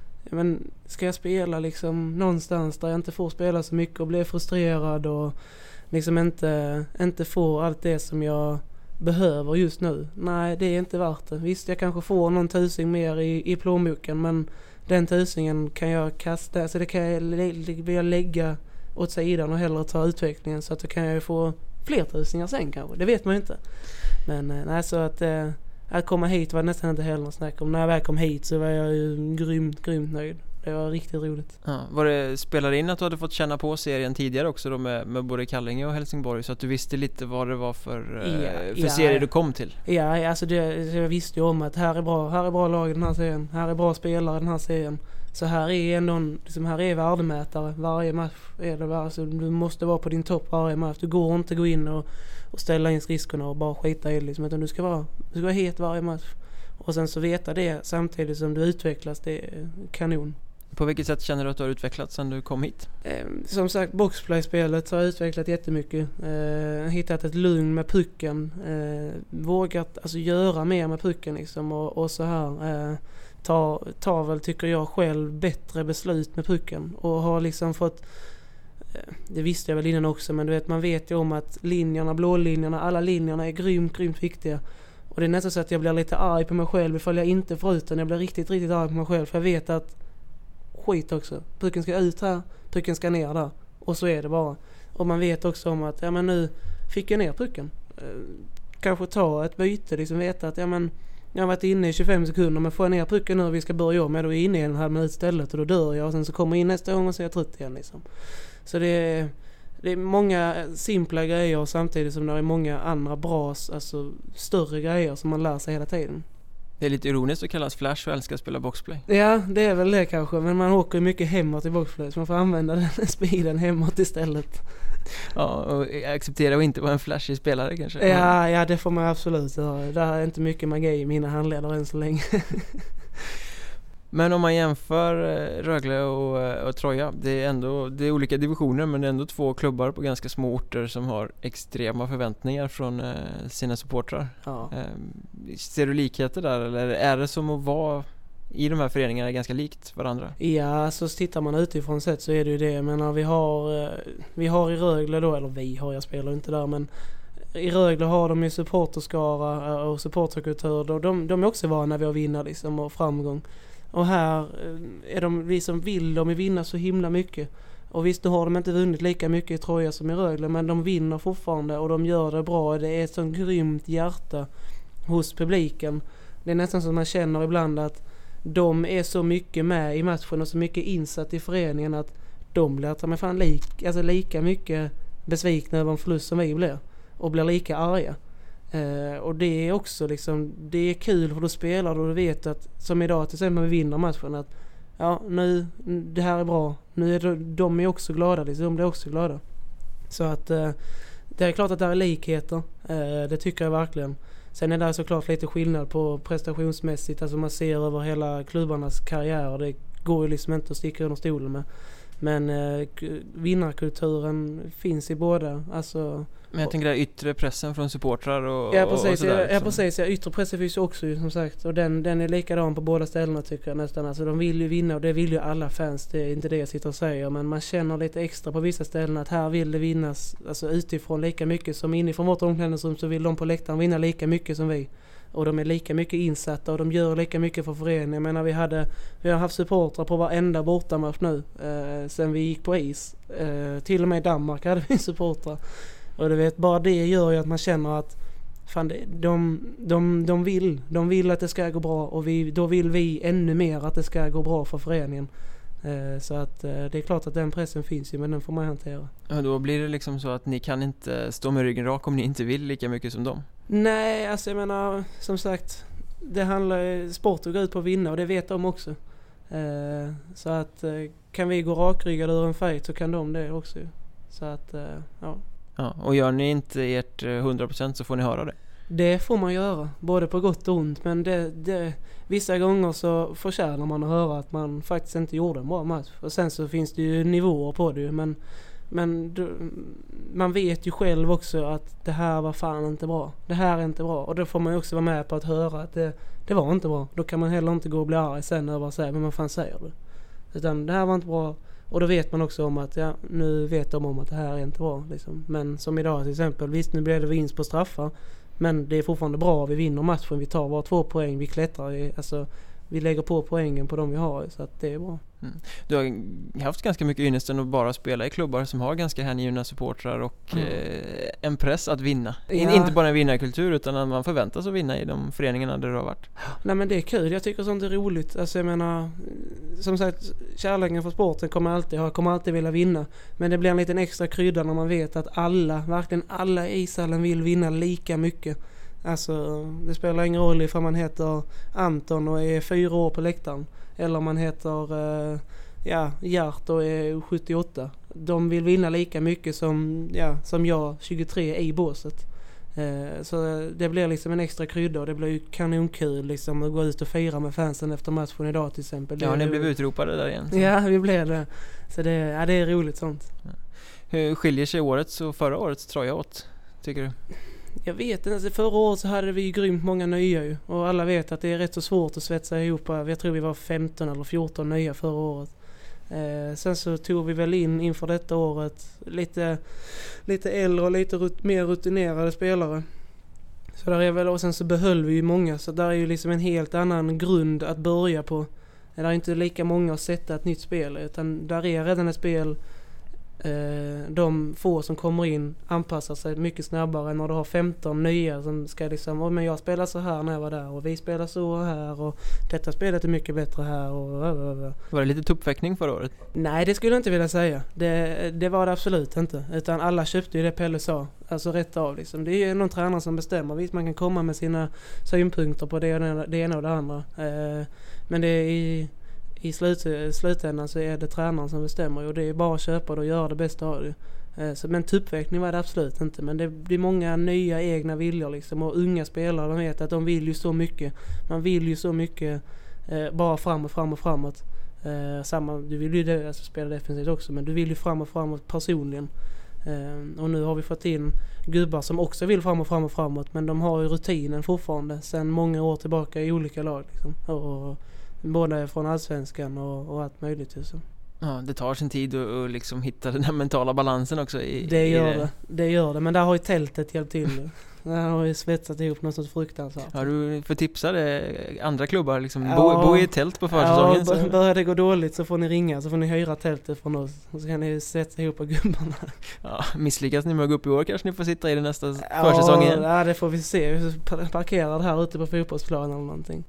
men ska jag spela liksom någonstans där jag inte får spela så mycket och blir frustrerad och liksom inte, inte får allt det som jag behöver just nu. Nej, det är inte värt det. Visst, jag kanske får någon tusing mer i, i plånboken, men den tusingen kan jag kasta, alltså det kan jag, lä- jag lägga åt sidan och hellre ta utvecklingen, så att då kan jag få fler tusingar sen kanske. Det vet man ju inte. Men nej, så att eh, att komma hit var nästan inte heller något snack om. När jag väl kom hit så var jag ju grymt, grymt nöjd. Det var riktigt roligt. Ja, var det spelade in att du hade fått känna på serien tidigare också då med, med både Kallinge och Helsingborg, så att du visste lite vad det var för, ja, för ja, serie du kom till? Ja, alltså det, jag visste ju om att här är bra, här är bra lag i den här serien. Här är bra spelare i den här serien. Så här är ändå, liksom här är värdemätare. Varje match är det, alltså, du måste vara på din topp varje match. Du går inte gå in och, och ställa in riskerna och bara skita i det liksom, utan du ska vara, du ska vara het varje match. Och sen så veta det samtidigt som du utvecklas, det är kanon. På vilket sätt känner du att du har utvecklats sedan du kom hit? Eh, som sagt, boxplay-spelet har utvecklat jättemycket. Eh, hittat ett lugn med pucken. Eh, vågat alltså, göra mer med pucken liksom, och, och så här. Eh, ta, ta väl, tycker jag själv, bättre beslut med pucken. Och har liksom fått... Eh, det visste jag väl innan också, men du vet, man vet ju om att linjerna, blålinjerna, alla linjerna är grymt, grymt viktiga. Och det är nästan så att jag blir lite arg på mig själv ifall jag inte får ut den. Jag blir riktigt, riktigt arg på mig själv, för jag vet att skit också. Pucken ska ut här, pucken ska ner där. Och så är det bara. Och man vet också om att ja, men nu fick jag ner pucken. Eh, kanske ta ett byte, liksom veta att ja, men jag har varit inne i tjugofem sekunder, men får jag ner pucken nu och vi ska börja om, ja, då är jag inne i en halv minut istället och då dör jag och sen så kommer jag in nästa gång och så är jag trött igen liksom. Så det är, det är många simpla grejer samtidigt som det är många andra bra, alltså större grejer som man lär sig hela tiden. Det är lite ironiskt att kallas Flash och älskar att spela boxplay. Ja, det är väl det kanske. Men man åker mycket hemåt i boxplay, så man får använda den speeden hemåt istället. Ja, och acceptera och inte vara en flashig spelare kanske. Ja, ja, det får man absolut göra. Det är inte mycket magi i mina handledare än så länge. Men om man jämför Rögle och, och Troja, det är ändå det är olika divisioner, men det är ändå två klubbar på ganska små orter som har extrema förväntningar från eh, sina supportrar. Ja. Eh, ser du likheter där, eller är det som att vara i de här föreningarna ganska likt varandra? Ja, så tittar man utifrån sett så är det ju det. Men vi har, vi har i Rögle då, eller vi har, jag spelar inte där, men i Rögle har de ju supporterskara och supporterkultur, och de, de är också vana vid att vinna liksom, och framgång. Och här är de, vi som vill de vinna så himla mycket. Och visst, då har de inte vunnit lika mycket i Troja som i Rögle, men de vinner fortfarande och de gör det bra. Det är ett sånt grymt hjärta hos publiken. Det är nästan som man känner ibland att de är så mycket med i matchen och så mycket insatt i föreningen att de blir ta mig fan lik, alltså lika mycket besvikna över en förlust som vi blir. Och blir lika arga. Uh, och det är också liksom, det är kul för du spelar och du vet att, som idag till exempel vi vinner matchen, att ja, nu, det här är bra, nu är de, de är också glada liksom, de blir också glada. Så att uh, det är klart att det är likheter, uh, det tycker jag verkligen. Sen är det såklart lite skillnad på prestationsmässigt, alltså man ser över hela klubbarnas karriär, det går ju liksom inte att sticka under stolen med. Men eh, vinnarkulturen finns i båda. Alltså, men jag tänker där yttre pressen från supportrar och, ja, precis, och sådär. Ja, ja, precis. Ja, yttre pressen finns ju också som sagt. Och den, den är likadan på båda ställena tycker jag nästan. Alltså, de vill ju vinna och det vill ju alla fans. Det är inte det jag sitter och säger. Men man känner lite extra på vissa ställen att här vill det vinnas alltså, utifrån lika mycket som inifrån vårt omklädningsrum, så vill de på läktaren vinna lika mycket som vi. Och de är lika mycket insatta och de gör lika mycket för föreningen. Jag menar, vi, hade, vi har haft supportrar på varenda bortamatch nu eh, sen vi gick på is. Eh, till och med i Danmark hade vi supportrar. Och du vet, bara det gör ju att man känner att fan, det, de, de, de, vill, de vill att det ska gå bra, och vi, då vill vi ännu mer att det ska gå bra för föreningen. Eh, så att eh, det är klart att den pressen finns ju, men den får man hantera. Ja, då blir det liksom så att ni kan inte stå med ryggen rak om ni inte vill lika mycket som dem. Nej, alltså jag menar, som sagt, det handlar sport att gå ut på att vinna, och det vet de också. Eh, så att eh, kan vi gå rakryggade ur en fight så kan de det också. Så att, eh, ja. Ja, och gör ni inte ert hundra procent så får ni höra det. Det får man göra, både på gott och ont. Men det, det, vissa gånger så förtjänar man att höra att man faktiskt inte gjorde en bra match. Och sen så finns det ju nivåer på det. Men, men du, man vet ju själv också att det här var fan inte bra. Det här är inte bra. Och då får man ju också vara med på att höra att det, det var inte bra. Då kan man heller inte gå och bli arg sen över att säga, men vad fan säger du? Utan det här var inte bra. Och då vet man också om att, ja, nu vet de om att det här är inte bra. Liksom. Men som idag till exempel, visst nu blev det vinst på straffar. Men det är fortfarande bra, vi vinner matchen, vi tar våra två poäng, vi klättrar, i, alltså vi lägger på poängen på de vi har, så att det är bra. Mm. Du har haft ganska mycket ynnesten att bara spela i klubbar som har ganska hängivna supportrar och mm. eh, en press att vinna. Ja. Inte bara en vinnarkultur utan att man förväntas att vinna i de föreningarna där du har varit. Nej, men det är kul, jag tycker sånt är roligt. Alltså jag menar, som sagt, kärleken för sporten kommer alltid ha, kommer alltid vilja vinna. Men det blir en liten extra krydda när man vet att alla, verkligen alla i ishallen vill vinna lika mycket. Alltså det spelar ingen roll ifall man heter Anton och är fyra år på läktaren. Eller om man heter uh, ja, Gert och är sjuttioåtta. De vill vinna lika mycket som, ja, som jag, tjugotre, i båset. Uh, så det blir liksom en extra krydda och det blir ju kanonkul liksom, att gå ut och fira med fansen efter matchen idag till exempel. Ja, det, ni blev utropade där igen. Så. Ja, vi blev det. Så det, ja, det är roligt sånt. Ja. Hur skiljer sig årets och förra årets tröja åt, tycker du? Jag vet inte, alltså förra året så hade vi grymt många nya ju. Och alla vet att det är rätt så svårt att svetsa ihop. Jag tror vi var femton eller fjorton nya förra året. Eh, sen så tog vi väl in inför detta året lite, lite äldre och lite rut, mer rutinerade spelare. Så där är väl, och sen så behöll vi ju många. Så där är ju liksom en helt annan grund att börja på. Det är inte lika många att sätta ett nytt spel. Utan där är redan ett spel. De få som kommer in anpassar sig mycket snabbare än när du har femton nya som ska liksom, oh, men jag spelar så här när jag var där och vi spelar så här och detta spelet är mycket bättre här och, Var det lite tuppfäktning förra året? Nej, det skulle jag inte vilja säga. Det, det var det absolut inte. Utan alla köpte ju det Pelle sa. Alltså rätt av liksom. Det är ju någon tränare som bestämmer. Visst, man kan komma med sina synpunkter på det, det ena och det andra. Men det är i I slut, slutändan så är det tränaren som bestämmer och det är bara att köpa det och göra det bästa av det. Eh, så, men tuppväckning var det absolut inte. Men det blir många nya egna viljor liksom, och unga spelare, de vet att de vill ju så mycket. Man vill ju så mycket eh, bara fram och fram och framåt. Eh, samma, du vill ju det, alltså, spela defensivt också, men du vill ju fram och framåt personligen. Eh, och nu har vi fått in gubbar som också vill fram och fram och framåt, men de har ju rutinen fortfarande sedan många år tillbaka i olika lag liksom. Och, och både från allsvenskan och, och allt möjligt. Så. Ja, det tar sin tid att, att liksom hitta den här mentala balansen också. I, det, gör i det. det. det gör det, men där har ju tältet hjälpt till. Där har ju svetsat ihop något sånt fruktansvärt. Ja, du får tipsa det andra klubbar. Liksom, ja, bo, bo i ett tält på försäsongen. Ja, b- börjar det gå dåligt så får ni ringa, så får ni hyra tältet från oss. Och så kan ni svetsa ihop på gubbarna. Ja, misslyckas ni med att gå upp i år kanske ni får sitta i det nästa ja, försäsong igen. Ja, det får vi se. Vi parkerar det här ute på fotbollsplanen eller någonting.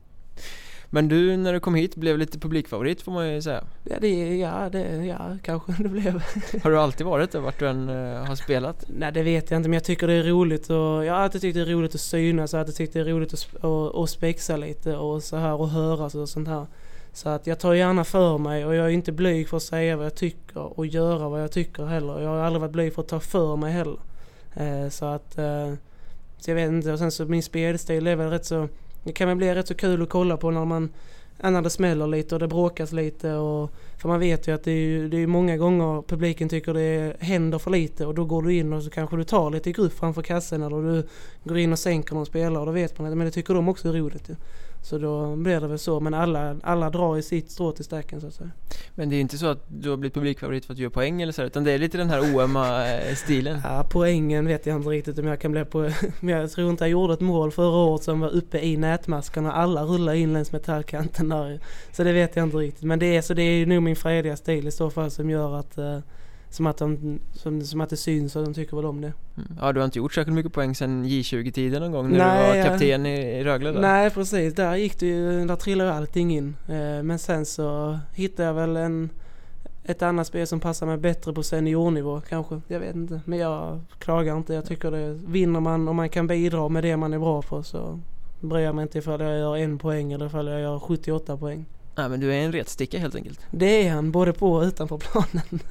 Men du, när du kom hit, blev lite publikfavorit får man ju säga. Ja, det, ja, det, ja kanske det blev. Har du alltid varit det, vart du än uh, har spelat? Nej, det vet jag inte, men jag tycker det är roligt. Och jag har alltid tyckt det är roligt att synas. Jag har alltid tyckt det är roligt att, att, att spexa lite och så här och höra och sånt här. Så att jag tar gärna för mig och jag är inte blyg för att säga vad jag tycker och göra vad jag tycker heller. Jag har aldrig varit blyg för att ta för mig heller. Eh, så att, eh, så jag vet inte. Och sen så min spelstil är väl rätt så... Det kan väl bli rätt så kul att kolla på när man när det smäller lite och det bråkas lite. Och, för man vet ju att det är, det är många gånger publiken tycker det händer för lite. Och då går du in och så kanske du tar lite grupp framför kassen. Eller du går in och sänker någon spelare och då vet man att men det tycker de också är roligt. Ja. Så då blir det väl så. Men alla, alla drar i sitt strå till stacken så att säga. Men det är inte så att du har blivit publikfavorit för att du gör poäng eller så, utan det är lite den här O M-stilen. Ja, poängen vet jag inte riktigt om jag kan bli på. Men jag tror inte jag gjorde ett mål förra året som var uppe i nätmaskarna. Alla rullar in längs metallkanten där. Så det vet jag inte riktigt. Men det är, så det är nog min frediga stil i så fall som gör att... Som att, de, som, som att det syns och de tycker väl om det. Mm. Ja, du har inte gjort särskilt mycket poäng sedan J tjugo-tiden någon gång när Nej, du var kapten i, i Rögle där. Nej, precis. Där gick det ju, där trillade allting in. Eh, men sen så hittade jag väl en, ett annat spel som passar mig bättre på seniornivå kanske. Jag vet inte. Men jag klagar inte. Jag tycker det vinner man och man kan bidra med det man är bra på så bryr jag mig inte ifall jag gör en poäng eller ifall jag gör sjuttioåtta poäng. Nej, men du är en retsticka helt enkelt. Det är han, både på och utanför planen.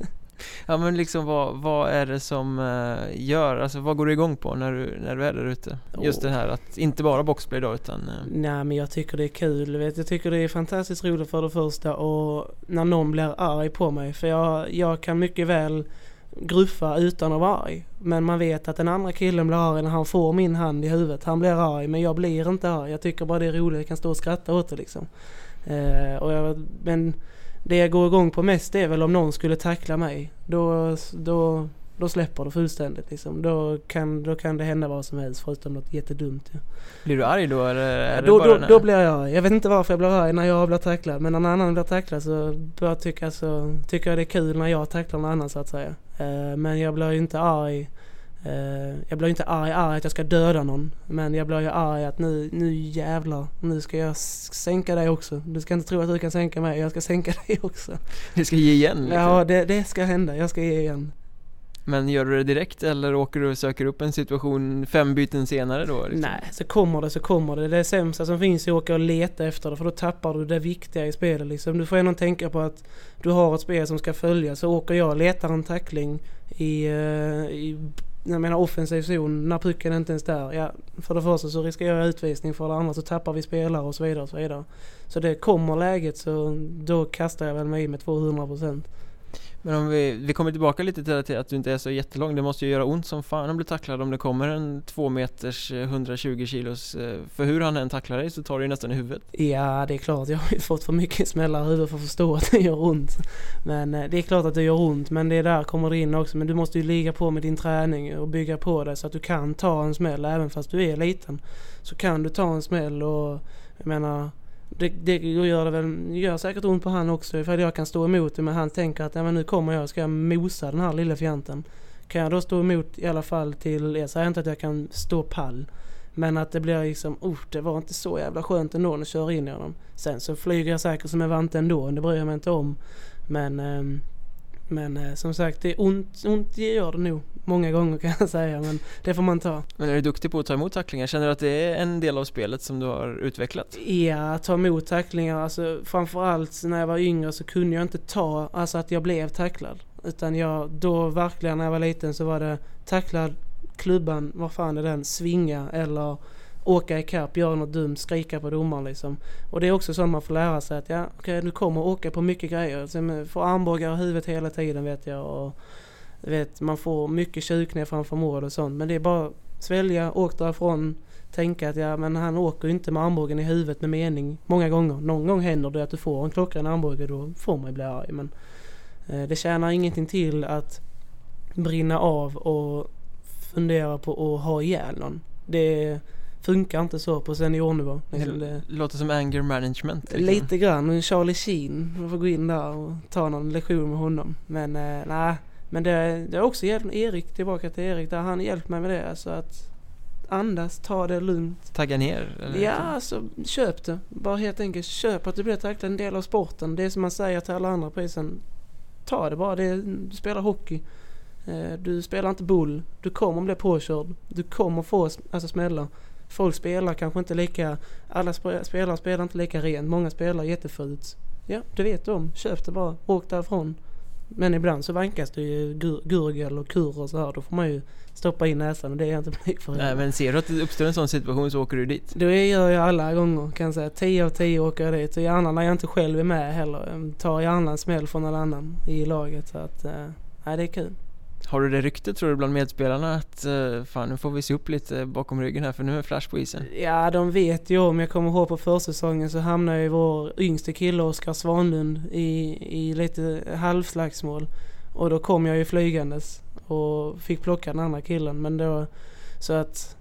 Ja, men liksom vad, vad är det som uh, gör, alltså vad går du igång på när du, när du är där ute? Just oh. det här att inte bara boxplay då utan... Uh... Nej, men jag tycker det är kul, vet. Jag tycker det är fantastiskt roligt för det första, och när någon blir arg på mig, för jag, jag kan mycket väl gruffa utan att vara arg, men man vet att den andra killen blir arg när han får min hand i huvudet. Han blir arg, men jag blir inte arg. Jag tycker bara det är roligt, jag kan stå och skratta åt det liksom. Uh, och jag, men det jag går igång på mest är väl om någon skulle tackla mig. Då, då, då släpper det fullständigt liksom. Då kan, då kan det hända vad som helst förutom något jättedumt. Ja. Blir du arg då? Eller är då, det bara då, då blir jag arg. Jag vet inte varför jag blir arg när jag blir tacklad. Men när någon annan blir tacklad så börjar jag tycka, så, tycker jag det är kul när jag tacklar någon annan så att säga. Uh, men jag blir ju inte arg. Uh, jag blir inte arg, arg att jag ska döda någon. Men jag blir ju arg att nu, nu jävlar, nu ska jag sänka dig också. Du ska inte tro att du kan sänka mig, jag ska sänka dig också. Du ska ge igen liksom. Ja, det, det ska hända, jag ska ge igen. Men gör du det direkt eller åker du och söker upp en situation fem byten senare då? Liksom? Nej, så kommer det så kommer det. Det är sämsta som finns är att åka och leta efter det, för då tappar du det viktiga i spelet liksom. Du får ändå tänka på att du har ett spel som ska följa, så åker jag och letar en tackling i... Uh, i jag menar offensiv zon när pucken inte ens där. Ja, för det första så riskerar jag utvisning, för det andra så tappar vi spelare och så vidare och så vidare. Så det kommer läget, så då kastar jag väl mig med tvåhundra procent. Men om vi, vi kommer tillbaka lite till, till att du inte är så jättelång. Det måste ju göra ont som fan att bli tacklad om det kommer en två meters hundratjugo kilos. För hur han än tacklar dig så tar det ju nästan i huvudet. Ja, det är klart. Jag har ju fått för mycket smällar i huvudet för att förstå att det gör ont. Men det är klart att det gör ont, men det där kommer det in också. Men du måste ju ligga på med din träning och bygga på det så att du kan ta en smäll. Även fast du är liten så kan du ta en smäll, och jag menar... Det, det gör det väl, gör säkert ont på han också, för att jag kan stå emot det, men han tänker att ja, men nu kommer jag, ska jag mosa den här lilla fjanten. Kan jag då stå emot i alla fall till, jag säger inte att jag kan stå pall, men att det blir liksom, oh, det var inte så jävla skönt ändå att köra in i honom. Sen så flyger jag säkert som en vant ändå, det bryr jag mig inte om. Men, ähm, men äh, som sagt, det är ont, ont gör det nog. Många gånger kan jag säga, men det får man ta. Men är du duktig på att ta emot tacklingar? Känner du att det är en del av spelet som du har utvecklat? Ja, ta emot tacklingar. Alltså, framförallt när jag var yngre så kunde jag inte ta, alltså att jag blev tacklad. Utan jag, då verkligen när jag var liten så var det tacklad, klubban, vad fan är den, svinga eller åka i kapp, göra något dumt, skrika på domaren liksom. Och det är också så man får lära sig att ja, okej, okay, du kommer åka på mycket grejer. Sen får armbågar i huvudet hela tiden, vet jag, och vet, man får mycket tjukningar framför mål och sånt, men det är bara svälja, åka därifrån, tänka att ja, men han åker ju inte med armbågen i huvudet med mening många gånger. Någon gång händer det att du får en klockren armbåge, då får man ju bli arg, men eh, det tjänar ingenting till att brinna av och fundera på att ha ihjäl någon. Det funkar inte så på seniornivå. Det låter som anger management. Liksom. Lite grann, Charlie Sheen, man får gå in där och ta någon lektion med honom, men eh, nej. Men det, det har också hjälpt Erik, tillbaka till Erik, där han hjälpt mig med det, alltså att andas, ta det lugnt. Tagga ner? Eller? Ja, alltså köp det. Bara helt enkelt köp att du blir tacklad, en del av sporten. Det är som man säger till alla andra prisen. Ta det bara, det är, du spelar hockey. Eh, du spelar inte boll. Du kommer bli påkörd. Du kommer få alltså, smälla. Folk spelar kanske inte lika, alla sp- spelare spelar inte lika rent. Många spelar jättefult. Ja, du vet du om. Köp det bara, åk därifrån. Men ibland så vankas det ju gur- gurgel och kur och så här. Då får man ju stoppa in näsan, och det är jag inte blik för. Nej, men ser du att det uppstår en sån situation så åker du dit? Det gör jag alla gånger, kan jag säga. tio av tio åker jag dit. Och gärna när jag inte själv är med heller. Tar gärna en smäll från någon annan i laget. Så att, äh, nej, det är kul. Har du det ryktet, tror du, bland medspelarna att uh, fan, nu får vi se upp lite bakom ryggen här, för nu är Flash på isen? Ja, de vet ju om. Jag kommer ihåg på försäsongen så hamnade ju vår yngste kille Oskar Svanlund i, i lite halvslagsmål. Och då kom jag ju flygandes och fick plocka den andra killen. Men då, så att,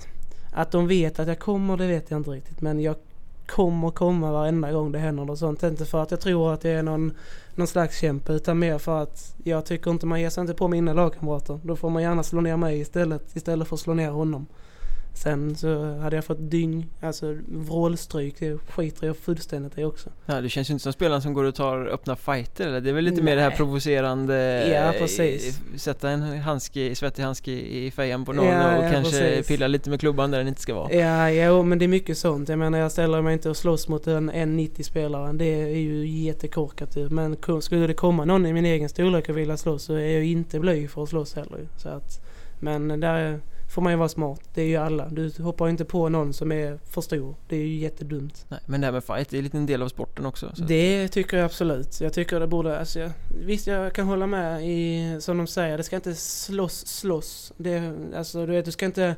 att de vet att jag kommer, det vet jag inte riktigt. Men jag kommer komma varenda gång det händer och sånt. Inte för att jag tror att det är någon, någon slags kämpe, utan mer för att jag tycker inte man ger sig inte på mina lagkamrater. Då får man gärna slå ner mig istället, istället för att slå ner honom. Sen så hade jag fått dyng, alltså vrålstryk, det skiter jag fullständigt i också. Ja, det känns ju inte som spelaren som går och tar öppna fighter, eller? Det är väl lite Nej. mer det här provocerande, Ja, precis. i, sätta en handske, svettig handske i fejan på någon Ja, och ja, kanske precis. pilla lite med klubban där den inte ska vara. Ja, ja, men det är mycket sånt. Jag menar, jag ställer mig inte och slåss mot en en nittio-spelare. Det är ju jättekorkat. Men skulle det komma någon i min egen storlek och vilja slåss så är jag inte blyg för att slåss heller. Så att, men där får man ju vara smart. Det är ju alla. Du hoppar inte på någon som är för stor. Det är ju jättedumt. Nej, men det här med fight är lite en del av sporten också. Så. Det tycker jag absolut. Jag tycker det borde... Alltså jag, visst, jag kan hålla med i, som de säger, det ska inte slåss, slåss. Det, alltså, du vet, du ska inte...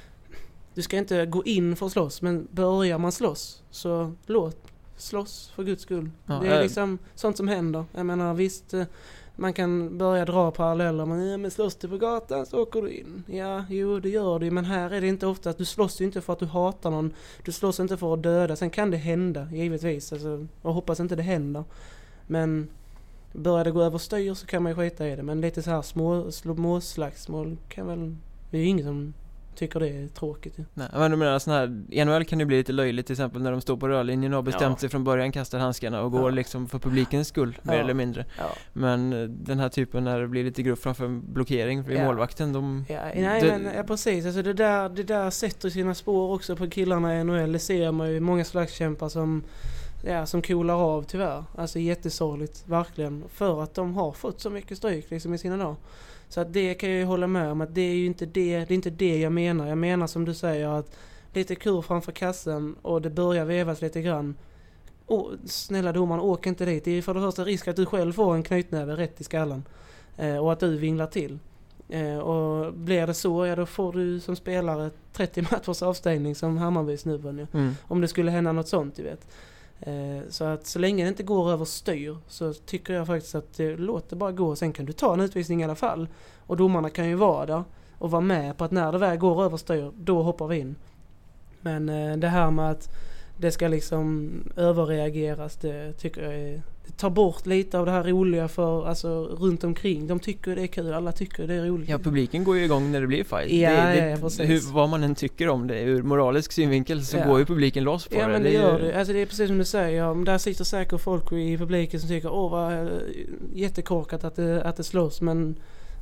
Du ska inte gå in för att slåss, men börjar man slåss så låt slåss för guds skull. Ja, det är äh... liksom sånt som händer. Jag menar, visst, man kan börja dra paralleller, men, ja, men slåss du på gatan så åker du in. Ja, jo, det gör du, men här är det inte ofta att du slåss ju inte för att du hatar någon. Du slåss inte för att döda. Sen kan det hända, givetvis. Alltså, och hoppas inte det händer. Men börjar det gå över styr så kan man ju skita i det. Men lite så här små, små slagsmål kan väl... Det är ju ingen som tycker det är tråkigt. Ja. Nej, men du menar sån här, i N H L kan det bli lite löjligt till exempel när de står på rörlinjen och har bestämt Ja. sig från början, kastar handskarna och går Ja. liksom för publikens skull, Ja. mer eller mindre. Ja. Men den här typen när det blir lite grupp framför blockering för Ja. målvakten, de... Ja, nej, det, men ja, precis. Alltså det, där, det där sätter sina spår också på killarna i N H L. Det ser man ju många slagskämpar som, ja, som coolar av tyvärr. Alltså jättesorgligt, verkligen. För att de har fått så mycket stryk liksom, i sina dagar. Så att det kan jag ju hålla med om, att det är ju inte det, det är inte det jag menar. Jag menar som du säger att lite kur framför kassen och det börjar vevas lite grann. Och snälla domaren, åk inte dit. Det är för det första risk att du själv får en knytnäve rätt i skallen. Eh, och att du vinglar till. Eh, och blir det så, ja, då får du som spelare trettio matchers avstängning som Hammarby-snubben. Ja. mm. Om det skulle hända något sånt, du vet. Eh, så att så länge det inte går över styr så tycker jag faktiskt att det låter bara gå. Sen kan du ta en utvisning i alla fall. Och domarna kan ju vara där och vara med på att när det väl går över styr, då hoppar vi in. Men eh, det här med att det ska liksom överreageras, det tycker jag är, det tar bort lite av det här roliga för, alltså, runt omkring. De tycker det är kul, alla tycker det är roligt. Ja, publiken går ju igång när det blir fight. Ja, det, det, ja, precis. hur, vad man än tycker om det, ur moralisk synvinkel så Ja. går ju publiken loss på Ja, det. men det, det gör ju... det. Alltså det är precis som du säger. Ja, där sitter säkert folk i publiken som tycker åh vad jättekorkat att det, att det slås. Men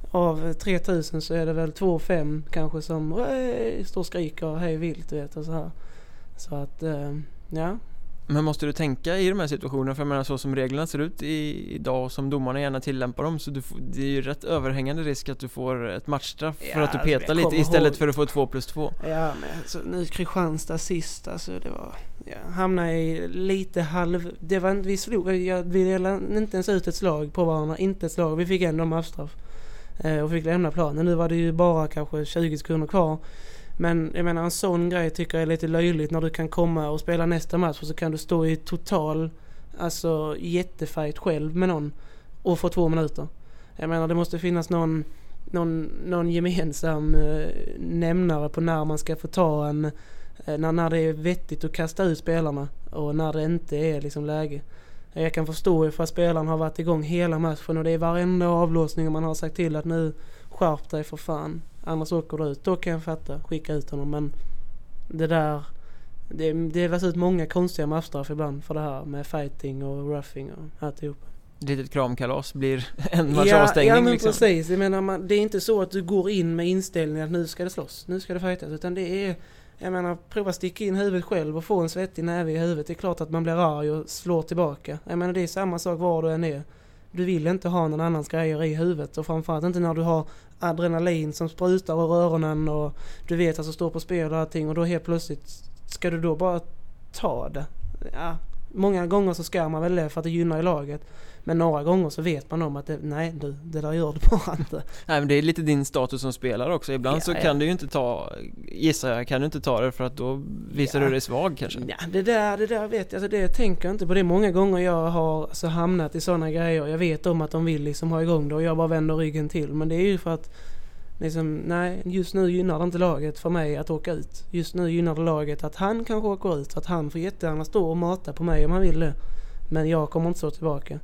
av tre tusen så är det väl två fem kanske som "Oj", står och skriker hej vilt, vet, och så här. Så att, eh, ja. Men måste du tänka i de här situationerna, för jag menar så som reglerna ser ut i, idag och som domarna gärna tillämpar dem, så du får, det är ju rätt överhängande risk att du får ett matchstraff för Ja, att du petar lite kommer istället ihåg. för att få två plus två. Ja, men alltså, nu Kristianstad sist, alltså det var, ja, hamnade i lite halv, det var inte, vi slog, jag, vi delade inte ens ut ett slag på varandra, inte ett slag, vi fick ändå matchstraff eh, och fick lämna planen. Nu var det ju bara kanske tjugo sekunder kvar. Men jag menar, en sån grej tycker jag är lite löjligt när du kan komma och spela nästa match och så kan du stå i total, alltså jättefight själv med någon och få två minuter. Jag menar, det måste finnas någon, någon, någon gemensam eh, nämnare på när man ska få ta en, eh, när, när det är vettigt att kasta ut spelarna och när det inte är liksom läge. Jag kan förstå ifall spelaren har varit igång hela matchen och det är varenda avlåsning och man har sagt till att nu skärp dig för fan, annars åker du ut. Då kan jag fatta, skicka ut honom. Men det där, det, det har varit ut många konstiga matchstraff ibland för det här med fighting och roughing och alltihop. Ett litet kramkalas blir en match Ja, avstängning. ja men liksom. precis. Jag menar, man, det är inte så att du går in med inställningen att nu ska det slåss, nu ska det fightas, utan det är, jag menar, prova sticka in huvudet själv och få en svettig näve i huvudet. Det är klart att man blir arg och slår tillbaka. Jag menar, det är samma sak var du än är. Du vill inte ha någon annans grejer i huvudet, och framförallt inte när du har adrenalin som sprutar ur öronen och du vet att det står på spel och allting, och då helt plötsligt ska du då bara ta det. Ja, många gånger så ska man väl det för att det gynnar i laget, men några gånger så vet man om att det, nej du, det där gör du bara inte. Nej, men det är lite din status som spelare också. Ibland Ja, så ja. kan du ju inte ta, gissar jag, kan du inte ta det för att då visar Ja. du dig svag kanske. Ja, det där, det där vet jag, alltså det tänker jag inte på. Det är många gånger jag har alltså hamnat i sådana grejer. Jag vet om att de vill liksom ha igång det och jag bara vänder ryggen till. Men det är ju för att liksom, nej, just nu gynnar det inte laget för mig att åka ut. Just nu gynnar det laget att han kanske åker ut, så att han får jättegärna stå och mata på mig om han vill det. Men jag kommer inte så tillbaka.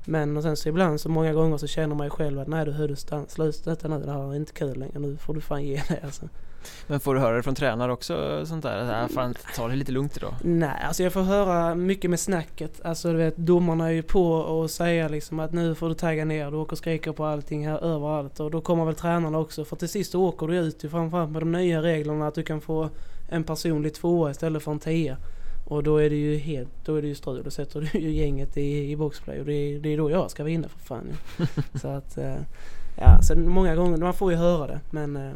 Men och sen så ibland så många gånger så känner man ju själv att nej, du hör du sluta detta nu, det här är inte kul längre, nu får du fan ge det alltså. Men får du höra det från tränare också sånt där? Att, äh, fan, ta det lite lugnt idag. Nej, alltså jag får höra mycket med snacket. Alltså du vet, domarna är ju på och säga liksom att nu får du tagga ner, du åker och skriker på allting här överallt. Och då kommer väl tränarna också, för till sist åker du ut framförallt med de nya reglerna att du kan få en personlig tvåa istället för en tia. Och då är det ju helt, då är det ju strul. Då sätter du ju gänget i, i boxplay och det är, det är då jag ska vinna för fan. Ja. Så att, ja, så många gånger, man får ju höra det, men...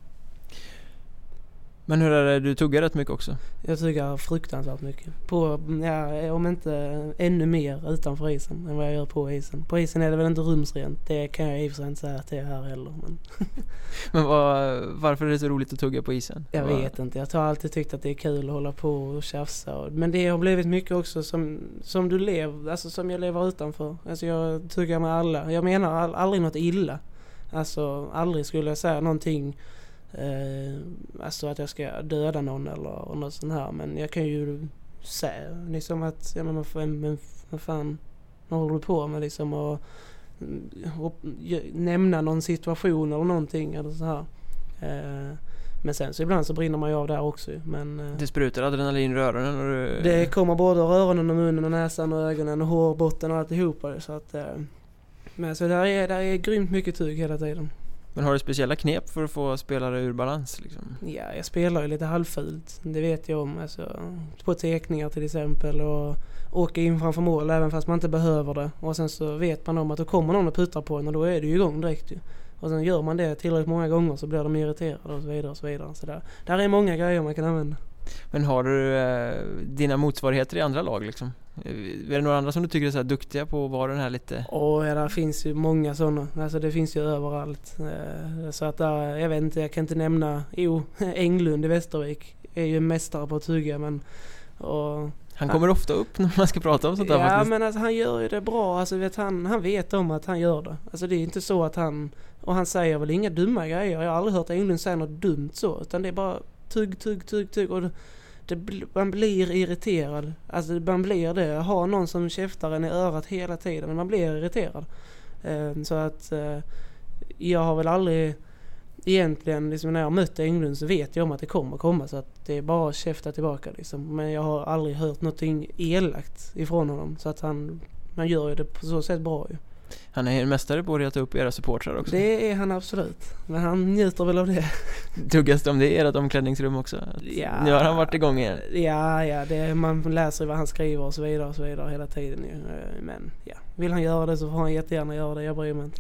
Men hur är det, du tuggar rätt mycket också? Jag tuggar fruktansvärt mycket. På, ja, om inte ännu mer utanför isen än vad jag gör på isen. På isen är det väl inte rumsrent, det kan jag i och för sig inte säga till här heller. Men, men vad, varför är det så roligt att tugga på isen? Jag vad? vet inte, jag har alltid tyckt att det är kul att hålla på och tjafsa. Men det har blivit mycket också som, som du lever, alltså som jag lever utanför. Alltså jag tuggar med alla. Jag menar all, aldrig något illa. Alltså aldrig skulle jag säga någonting. Uh, alltså att jag ska döda någon eller något sånt här, men jag kan ju säga liksom att ja, men, men, men vad fan vad håller du på med liksom och, och nämna någon situation eller någonting eller så här. Uh, men sen så ibland så brinner man ju av där också, men uh, det sprutar adrenalin i öronen och du... det kommer både öronen och munnen och näsan och ögonen och hårbotten och alltihopa, så att uh, men så där är, där är grymt mycket tugg hela tiden. Men har du speciella knep för att få spelare ur balans liksom? Ja, jag spelar ju lite halvfult. Det vet jag om. Alltså, på teckningar till exempel. Och åka in framför mål även fast man inte behöver det. Och sen så vet man om att då kommer någon och puttar på en och då är det ju igång direkt ju. Och sen gör man det tillräckligt många gånger så blir de irriterade och så vidare och så vidare. Så där, där är många grejer man kan använda. Men har du eh, dina motsvarigheter i andra lag liksom? Är det några andra som du tycker är så här duktiga på att vara den här lite? Åh, ja, där finns ju många sådana. Alltså det finns ju överallt. Så att där, jag vet inte, jag kan inte nämna... Jo, Englund i Västervik är ju mästare på att tugga, men... Och, han kommer han, ofta upp när man ska prata om sånt där ja, faktiskt. Men alltså, han gör ju det bra. Alltså, vet, han, han vet om att han gör det. Alltså det är inte så att han... Och han säger väl inga dumma grejer. Jag har aldrig hört Englund säga något dumt så. Utan det är bara tugg, tugg, tugg, tugg. Och det, det, man blir irriterad. Alltså man blir det. Ha någon som käftar en i örat hela tiden. Men man blir irriterad. Uh, så att uh, jag har väl aldrig... Egentligen, liksom när jag mötte Englund så vet jag om att det kommer komma. Så att det är bara att käfta tillbaka liksom. Men jag har aldrig hört någonting elakt ifrån honom. Så att han, han gör ju det på så sätt bra ju. Han är en mästare på att reta upp era supportrar också. Det är han absolut. Men han njuter väl av det. Tuggas om det i ert omklädningsrum också? Ja, nu har han varit igång igen. Ja, ja det, man läser vad han skriver och så vidare och så vidare hela tiden ju. Men ja, vill han göra det så får han jättegärna göra det. Jag bryr mig inte.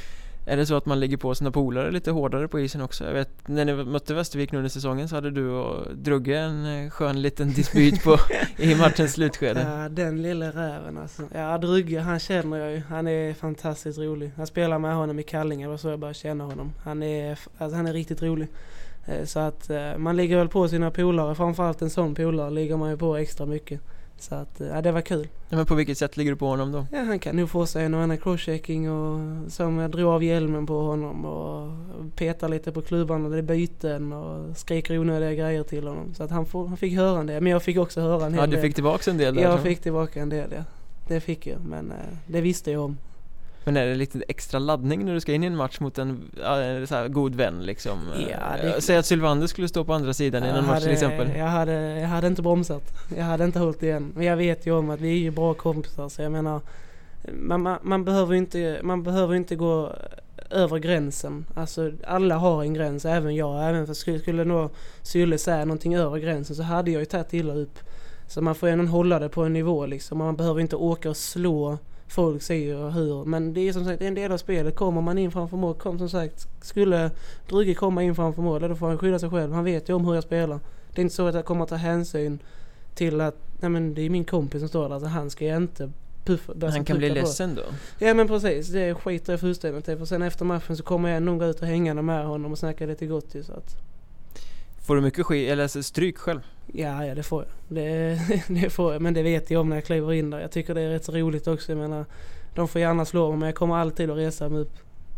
Är det så att man ligger på sina polare lite hårdare på isen också? Jag vet, när ni mötte Västervik nu under säsongen så hade du och Drugge en skön liten dispyt på i matchens slutskede. Ja, den lilla räven alltså. Ja, Drugge, han känner jag ju. Han är fantastiskt rolig. Jag spelar med honom i Kallinge och så jag bara känner honom. Han är, alltså, han är riktigt rolig. Så att man ligger väl på sina polare. Framförallt en sån polare ligger man ju på extra mycket. Så att, ja, det var kul. Ja, men på vilket sätt ligger du på honom då? Ja, han kan nog få sig en och annan crosschecking och som jag drog av hjälmen på honom och petar lite på klubban och det är byten och skriker onödiga grejer till honom. Så att han, får, han fick höra en del, men jag fick också höra en hel Ja, du del. fick tillbaka en del där. Jag så. fick tillbaka en del, ja. Det fick jag, men eh, det visste jag om. Men är det lite extra laddning när du ska in i en match mot en äh, så här god vän liksom? Ja, det... Säg att Sylvander skulle stå på andra sidan i en match hade, till exempel. Jag hade, jag hade inte bromsat. Jag hade inte hållit igen. Men jag vet ju om att vi är ju bra kompisar. Så jag menar, man, man, man, behöver inte, man behöver inte gå över gränsen. Alltså alla har en gräns, även jag. Även för skulle, skulle nog Sylle säga någonting över gränsen så hade jag ju tagit illa upp. Så man får ändå hålla det på en nivå liksom. Man behöver inte åka och slå. Folk ser hur, men det är som sagt en del av spelet. Kommer man in framför mål, kom som sagt, skulle Drugge komma in framför mål, då får han skydda sig själv. Han vet ju om hur jag spelar. Det är inte så att jag kommer att ta hänsyn till att nej men det är min kompis som står där, så han ska jag inte puffa. Han kan bli ledsen då. Ja men precis, det skiter jag fullständigt i. För sen efter matchen så kommer jag nog gå ut och hänga med honom och snacka lite gott i, så att... Får du mycket sk- eller stryk själv? Ja, ja, det får jag. Det, det får jag, men det vet jag om när jag kliver in där. Jag tycker det är rätt så roligt också. Jag menar, de får gärna slå mig, men jag kommer alltid att resa mig upp.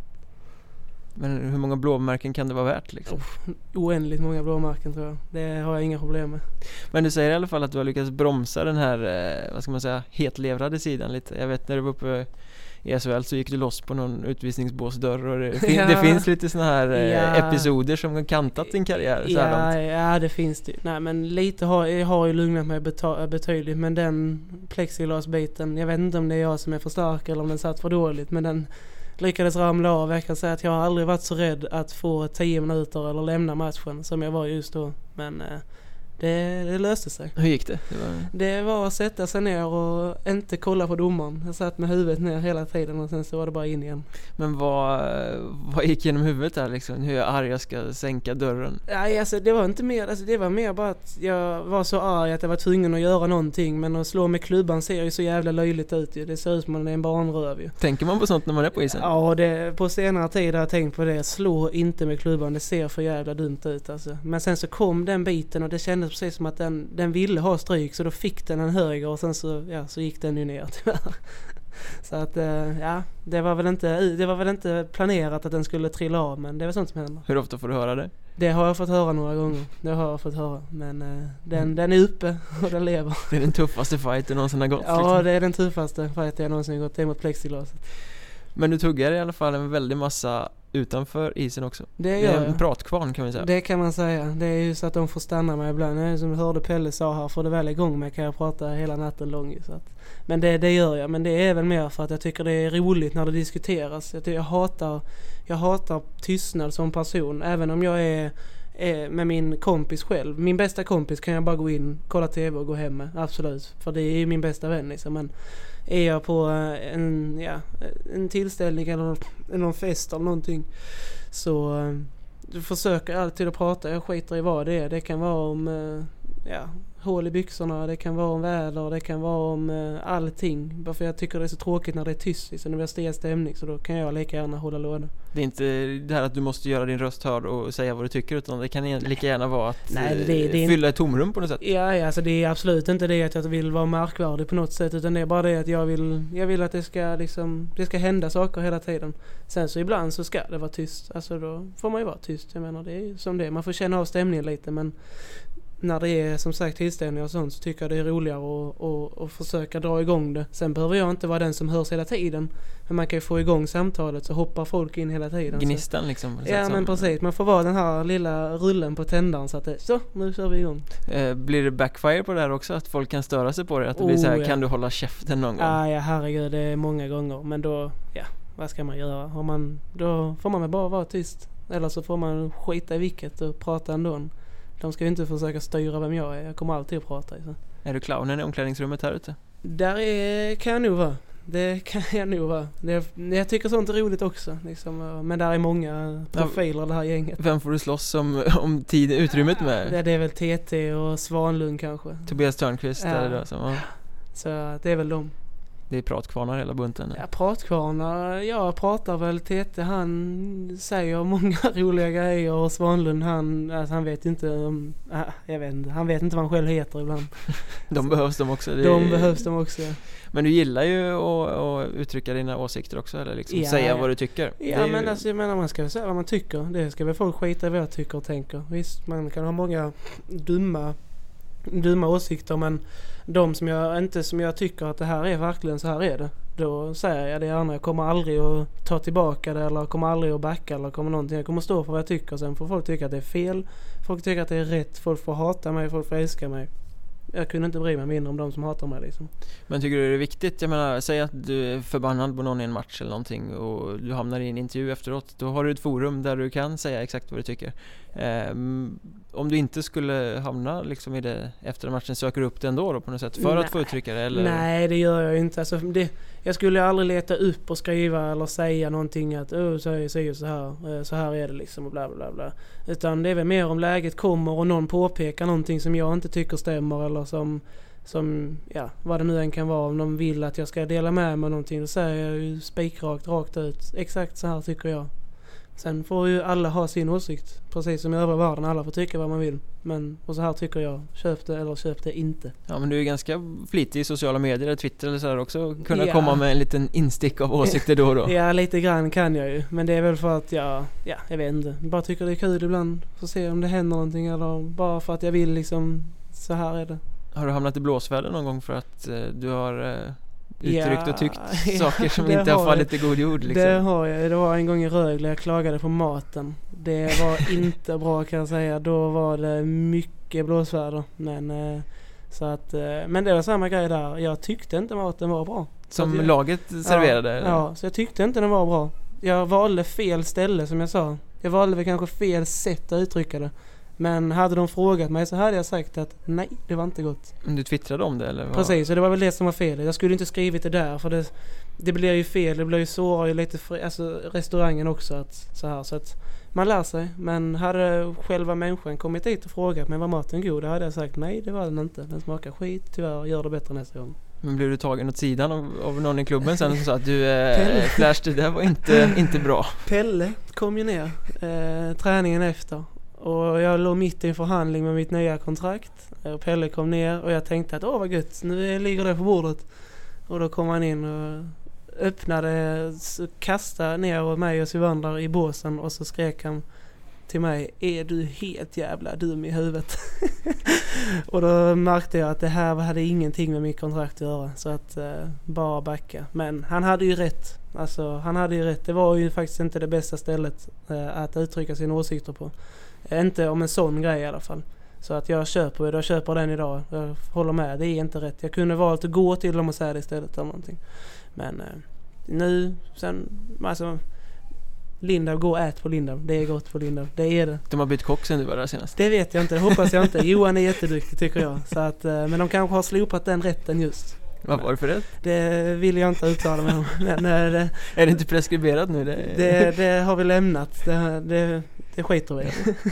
Men hur många blåmärken kan det vara värt liksom? Oh, oändligt många blåmärken tror jag. Det har jag inga problem med. Men du säger i alla fall att du har lyckats bromsa den här, eh, vad ska man säga, hetlevrade sidan lite. Jag vet när du var uppe i S H L så gick du loss på någon utvisningsbåsdörr och det, fin- Ja. det finns lite såna här eh, Ja. episoder som har kantat din karriär så här Ja, långt. ja, det finns det. Nej, men lite har, jag har ju lugnat mig beta- betydligt, men den plexiglasbiten, jag vet inte om det är jag som är för stark eller om den satt för dåligt, men den lyckades ramla av. Jag kan säga att jag har aldrig varit så rädd att få tio minuter eller lämna matchen som jag var just då. Men eh, det, det löste sig. Hur gick det? Det var... Det var att sätta sig ner och inte kolla på domaren. Jag satt med huvudet ner hela tiden och sen så var det bara in igen. Men vad, vad gick genom huvudet där liksom? Hur jag arg jag ska sänka dörren? Nej, alltså det var inte mer, alltså det var mer bara att jag var så arg att jag var tvungen att göra någonting, men att slå med klubban ser ju så jävla löjligt ut ju. Det ser ut som att det är en barnröv ju. Tänker man på sånt när man är på isen? Ja, det, på senare tid har jag tänkt på det. Slå inte med klubban, det ser för jävla dumt ut alltså. Men sen så kom den biten och det kändes precis som att den, den ville ha stryk, så då fick den en höger och sen så, ja, så gick den ju ner tyvärr. Så att, ja, det var väl inte, det var väl inte planerat att den skulle trilla av, men det var sånt som hände. Hur ofta får du höra det? Det har jag fått höra några gånger. Det har jag fått höra. Men uh, den, den är uppe och den lever. Det är den tuffaste fight du någonsin har gått. Ja, liksom. det är den tuffaste fight jag någonsin har gått emot plexiglaset. Men du tuggar i alla fall en väldig massa utanför isen också. Det Det gör är en jag. pratkvarn kan vi säga. Det kan man säga. Det är ju så att de får stanna mig ibland. Det är som du hörde Pelle sa här, får det väl igång med kan jag prata hela natten lång. Så att, men det, det gör jag. Men det är väl mer för att jag tycker det är roligt när det diskuteras. Jag, jag, hatar, jag hatar tystnad som person. Även om jag är, är med min kompis själv. Min bästa kompis kan jag bara gå in, kolla tv och gå hem med. Absolut. För det är ju min bästa vän liksom. Men är jag på en, ja, en tillställning eller någon fest eller någonting, så du försöker alltid att prata. Jag skiter i vad det är. Det kan vara om ja, hål i byxorna, det kan vara om väder, det kan vara om uh, allting. Bara för jag tycker det är så tråkigt när det är tyst, liksom, när vi har stel stämning, så då kan jag lika gärna hålla låda. Det är inte det här att du måste göra din röst hörd och säga vad du tycker, utan det kan lika gärna vara att Nej, det, det är fylla ett tomrum på något sätt. Ja, ja, alltså det är absolut inte det att jag vill vara märkvärdig på något sätt, utan det är bara det att jag vill, jag vill att det ska, liksom, det ska hända saker hela tiden. Sen så ibland så ska det vara tyst. Alltså då får man ju vara tyst. Jag menar, det är ju som det är. Man får känna av stämningen lite, men när det är som sagt tillställningar och sånt, så tycker jag det är roligare att, att, att försöka dra igång det. Sen behöver jag inte vara den som hörs hela tiden, men man kan ju få igång samtalet, så hoppar folk in hela tiden. Gnistan så. liksom. Ja, men som. precis. Man får vara den här lilla rullen på tändaren, så att det, så, nu kör vi igång. Eh, blir det backfire på det här också? Att folk kan störa sig på det? Att det blir Oh, så här, ja. kan du hålla käften någon gång? Ah, ja, herregud, det är många gånger. Men då, ja, vad ska man göra? Om man, då får man väl bara vara tyst. Eller så får man skita i vilket och prata ändå. De ska ju inte försöka styra vem jag är. Jag kommer alltid att prata. Så. Är du clownen i omklädningsrummet här ute? Där är, kan jag nog vara. Det kan jag nog vara. Det, jag tycker sånt är roligt också. Liksom. Men där är många profiler, det här gänget. Vem får du slåss om, om tid, utrymmet med? Det, det är väl T T och Svanlund kanske. Tobias Törnqvist Ja. är det då, som, ja. Så det är väl de. Det är pratkvarnar hela bunten. Ja, pratkvarnar. Jag pratar väl T T. Han säger många roliga grejer, och Svanlund, han, alltså han vet inte om, äh, jag vet inte, han vet inte vad han själv heter ibland. De Så, behövs de också. Det de är... behövs de också. Men du gillar ju att, att uttrycka dina åsikter också, eller liksom Ja, säga ja. vad du tycker. Ja, Det är men ju... alltså, jag menar, man ska väl säga vad man tycker. Det ska väl folk skita i vad jag tycker och tänker. Visst, man kan ha många dumma dumma åsikter, men de som jag inte som jag tycker att det här är verkligen så här är det, då säger jag det gärna. Jag kommer aldrig att ta tillbaka det, eller kommer aldrig att backa, eller kommer någonting. Jag kommer stå för vad jag tycker. Sen får folk tycka att det är fel, folk tycker att det är rätt, folk får hata mig, folk får älska mig. Jag kunde inte bry mig mindre om de som hatar mig liksom. Men tycker du det är viktigt? Jag menar, säg att du är förbannad på någon i en match eller någonting och du hamnar i en intervju efteråt. Då har du ett forum där du kan säga exakt vad du tycker. Um, om du inte skulle hamna liksom i det efter matchen, söker du upp det ändå då på något sätt för Nej. att få uttrycka det? Eller? Nej, det gör jag inte. Alltså, det, jag skulle aldrig leta upp och skriva eller säga någonting att oh, så, här, så, så, här, så här är det liksom och bla bla bla. Utan det är väl mer om läget kommer och någon påpekar någonting som jag inte tycker stämmer, eller som, som ja, vad det nu än kan vara. Om de vill att jag ska dela med mig någonting, då säger jag ju spikrakt, rakt ut. Exakt så här tycker jag. Sen får ju alla ha sin åsikt, precis som i övriga världen. Alla får tycka vad man vill. Men, och så här tycker jag, köp det eller köp det inte. Ja, men du är ganska flitig i sociala medier, Twitter eller så här också. Kunna Ja. komma med en liten instick av åsikter då och då. Ja, lite grann kan jag ju. Men det är väl för att jag, ja, jag vet inte. Bara tycker det är kul ibland. Får se om det händer någonting, eller bara för att jag vill liksom, så här är det. Har du hamnat i blåsväder någon gång för att eh, du har eh, uttryckt ja, och tyckt ja, saker som inte har fallit i god jord liksom. Det har jag. Det var en gång i Rögle jag klagade på maten. Det var inte bra kan jag säga. Då var det mycket blåsväder. Men, eh, så att, eh, men det var samma grej där. Jag tyckte inte maten var bra. Som jag, laget serverade? Ja, ja, så jag tyckte inte den var bra. Jag valde fel ställe som jag sa. Jag valde väl kanske fel sätt att uttrycka det. Men hade de frågat mig så hade jag sagt att nej, det var inte gott. Men du twittrade om det eller? Vad? Precis, och det var väl det som var fel. Jag skulle inte skrivit det där för det, det blir ju fel. Det blir ju såra ju lite fri, alltså restaurangen också att, så här. Så att man lär sig. Men hade själva människan kommit dit och frågat mig var maten god, då hade jag sagt nej, det var den inte. Den smakar skit, tyvärr, gör det bättre nästa gång. Men blev du tagen åt sidan av, av någon i klubben sen som sa att du, eh, Flash, det där var inte, inte bra? Pelle kom ju ner eh, träningen efter. Och jag låg mitt i en förhandling med mitt nya kontrakt. Och Pelle kom ner och jag tänkte att åh vad gött, nu ligger det på bordet. Och då kom han in och öppnade, kastade ner mig och Syvander i båsen och så skrek han till mig: är du helt jävla dum i huvudet? Och då märkte jag att det här hade ingenting med mitt kontrakt att göra. Så att eh, bara backa. Men han hade ju rätt. Alltså han hade ju rätt. Det var ju faktiskt inte det bästa stället eh, att uttrycka sina åsikter på. Eh, inte om en sån grej i alla fall. Så att jag köper, jag köper den idag. Jag håller med, det är inte rätt. Jag kunde valt att gå till dem och säga det istället eller någonting. Men eh, nu, sen, alltså Lindav, gå och ät på Lindav. Det är gott på Lindav. Det är det. De har bytt kock sen du var där senast. Det vet jag inte. Det hoppas jag inte. Johan är jätteduktig tycker jag. Så att, men de kanske har slopat den rätten just. Vad var det för rätt? Det vill jag inte uttala mig om. Men, det, är det inte preskriberat nu? Det, det, det har vi lämnat. Det, det, det skiter vi.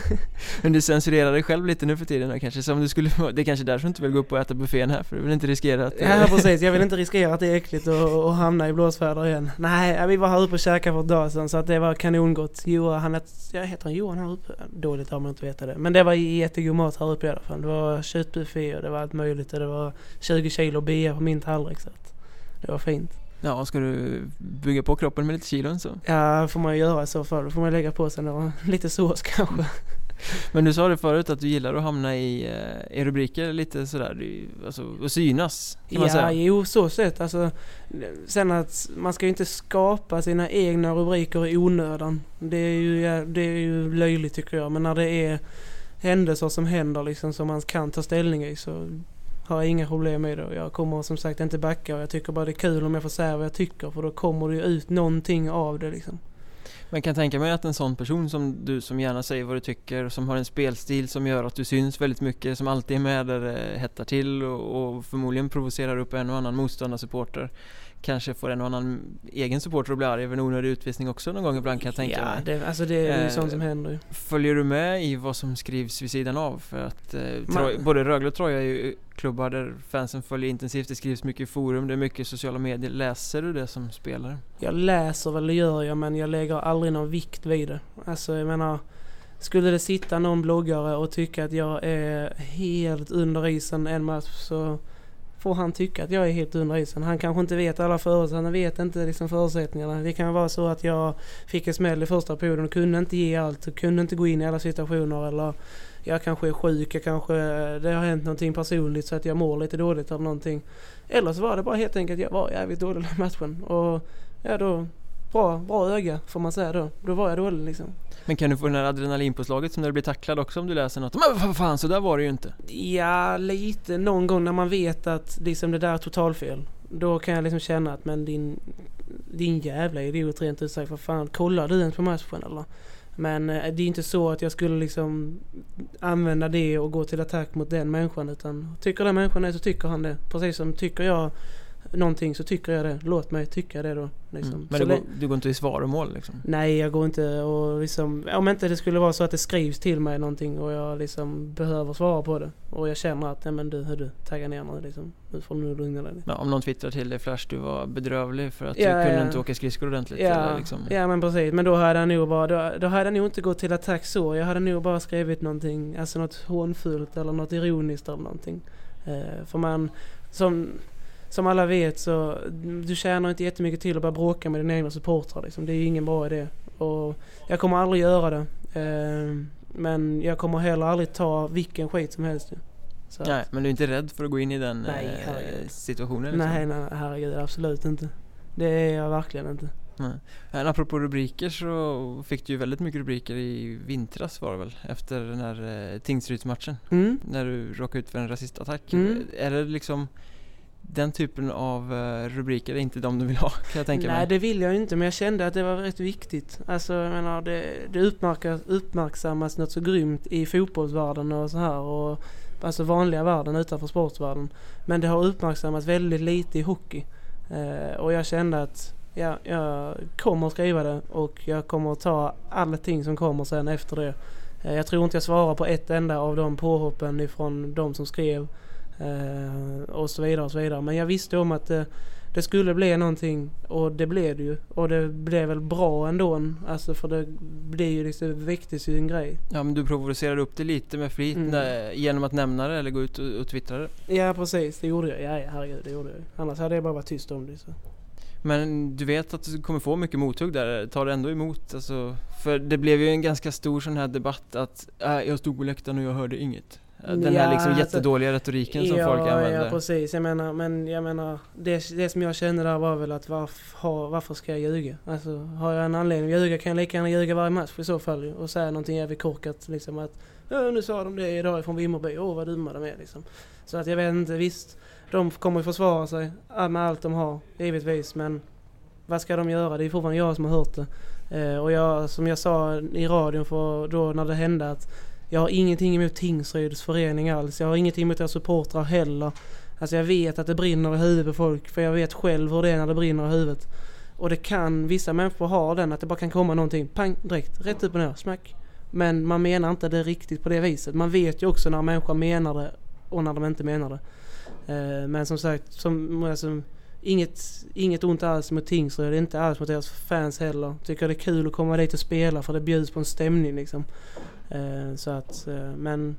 Men du censurerar dig själv lite nu för tiden då, kanske. Så om du skulle, det är kanske därför du inte vill gå upp och äta buffén här. För du vill inte riskera att... Ja, precis. Jag vill inte riskera att det är äckligt och, och hamna i blåsväder igen. Nej, vi var här uppe och käkade för ett dag sedan. Så att det var kanongott. Johan, han jag heter han Johan här uppe. Dåligt om man inte vet det. Men det var jättegod mat här uppe i alla fall. Det var köttbuffé och det var allt möjligt. Och det var tjugo kilo bea på min tallrik. Så att det var fint. Ja, ska du bygga på kroppen med lite kilon så? Ja, får man ju göra i så fall. Då får man lägga på sig några, lite sås kanske. Men du sa det förut att du gillar att hamna i, eh, i rubriker lite sådär, alltså att synas, kan man ja, säga. Jo, så sett. Alltså, sen att man ska ju inte skapa sina egna rubriker i onödan. Det är ju, ja, det är ju löjligt tycker jag. Men när det är händelser som händer liksom, som man kan ta ställning i så har jag inga problem med det. Jag kommer som sagt inte backa och jag tycker bara det är kul om jag får säga vad jag tycker för då kommer det ju ut någonting av det liksom. Man kan tänka mig att en sån person som du som gärna säger vad du tycker, som har en spelstil som gör att du syns väldigt mycket, som alltid är med där det hettar till och, och förmodligen provocerar upp en och annan motståndarsupporter, kanske får en och annan egen supporter att bli arg över en onödig utvisning också någon gång ibland kan jag tänka ja, mig. Det, alltså det är ju eh, sånt som händer ju. Följer du med i vad som skrivs vid sidan av? För att eh, Man, Troj, både Rögle och Troja är ju klubbar där fansen följer intensivt, det skrivs mycket i forum, det är mycket sociala medier. Läser du det som spelare? Jag läser väl, det gör jag, men jag lägger aldrig någon vikt vid det. Alltså jag menar, skulle det sitta någon bloggare och tycka att jag är helt under isen en match så får han tycka att jag är helt under isen. Han kanske inte vet alla förutsättningar, han vet inte liksom förutsättningarna. Det kan vara så att jag fick en smäll i första perioden och kunde inte ge allt och kunde inte gå in i alla situationer, eller jag kanske är sjuk, jag kanske, det har hänt någonting personligt så att jag mår lite dåligt av någonting. Eller så var det bara helt enkelt att jag var jävligt dålig i matchen och ja då, bra, bra öga får man säga då. Då var jag dålig liksom. Men kan du få den här adrenalinpåslaget som när du blir tacklad också om du läser något? Men vad fan, så där var det ju inte. Ja, lite. Någon gång när man vet att liksom det där är totalfel. Då kan jag liksom känna att men din, din jävla idiot rent ut sagt, vad fan, kollar du ens på matchen eller? Men eh, det är inte så att jag skulle liksom använda det och gå till attack mot den människan, utan tycker den människan är så tycker han det. Precis som tycker jag någonting så tycker jag det. Låt mig tycka det då. Liksom. Mm. Men så du, går, du går inte i svaromål liksom? Nej, jag går inte och liksom, om inte det skulle vara så att det skrivs till mig någonting och jag liksom behöver svara på det och jag känner att nej men du, hur du taggar ner mig liksom. Nu får du lugna dig. Ja, om någon twittrar till dig Flash, du var bedrövlig för att ja, du kunde ja. inte åka skridskor ordentligt ja, eller liksom. Ja, men precis. Men då hade jag nog bara då, då hade jag nog inte gått till attack så. Jag hade nog bara skrivit någonting, alltså något hånfullt eller något ironiskt eller någonting. Eh, för man som Som alla vet så du tjänar inte jättemycket till att bara bråka med dina egna supportrar. Liksom. Det är ju ingen bra idé. Och jag kommer aldrig göra det. Eh, men jag kommer heller aldrig ta vilken skit som helst. Så nej, att, men du är inte rädd för att gå in i den nej, eh, situationen? Liksom. Nej, nej, herregud, absolut inte. Det är jag verkligen inte. Nej. Men apropå rubriker så fick du ju väldigt mycket rubriker i vintras var det väl, efter den här eh, Tingsrydsmatchen. Mm. När du råkade ut för en rasistattack. Mm. Är det liksom den typen av uh, rubriker är inte de du vill ha, kan jag tänka mig? Nej, det vill jag inte, men jag kände att det var rätt viktigt. Alltså, jag menar, det, det uppmärkas, uppmärksammas något så grymt i fotbollsvärlden och så här, och alltså vanliga världen utanför sportsvärlden. Men det har uppmärksammats väldigt lite i hockey. Eh, och jag kände att ja, jag kommer att skriva det, och jag kommer att ta allting som kommer sen efter det. Eh, jag tror inte jag svarar på ett enda av de påhoppen ifrån de som skrev. Uh, och så vidare och så vidare. Men jag visste om att det, det skulle bli någonting, och det blev det ju. Och det blev väl bra ändå. Alltså, för det blir ju liksom, väcktes ju en grej. Ja, men du provocerade upp det lite med flit mm. när, genom att nämna det eller gå ut och, och twittra det. Ja, precis. Det gjorde jag. Ja, ja, herregud, det gjorde jag. Annars hade jag bara varit tyst om det. Så. Men du vet att du kommer få mycket mothugg där. Tar du ändå emot? Alltså, för det blev ju en ganska stor sån här debatt att äh, jag stod på läktaren och jag hörde inget. Den ja, här liksom alltså, jättedåliga retoriken som ja, folk använder. Ja, precis. Jag menar, men jag menar, det, det som jag kände där var väl att varför, varför ska jag ljuga? Alltså, har jag en anledning att ljuga kan jag lika gärna ljuga varje match i så fall. Och säga någonting jävligt korkat, liksom att nu sa de det idag från Vimmerby, åh vad dumma de är liksom. Så att jag vet inte, visst, de kommer ju försvara sig med allt de har, givetvis, men vad ska de göra? Det är fortfarande jag som har hört det. Eh, och jag, som jag sa i radion för då när det hände, att jag har ingenting emot Tingsryds förening alls. Jag har ingenting emot deras supportrar heller. Alltså jag vet att det brinner i huvudet på folk. För jag vet själv hur det är när det brinner i huvudet. Och det kan, vissa människor ha den, att det bara kan komma någonting. Pang, direkt, rätt upp och ner, smack. Men man menar inte det riktigt på det viset. Man vet ju också när människor menar det och när de inte menar det. Eh, men som sagt, som, alltså, inget, inget ont alls mot Tingsryd. Det är inte alls mot deras fans heller. Tycker det är kul att komma dit och spela, för det bjuds på en stämning liksom. Uh, så att, uh, men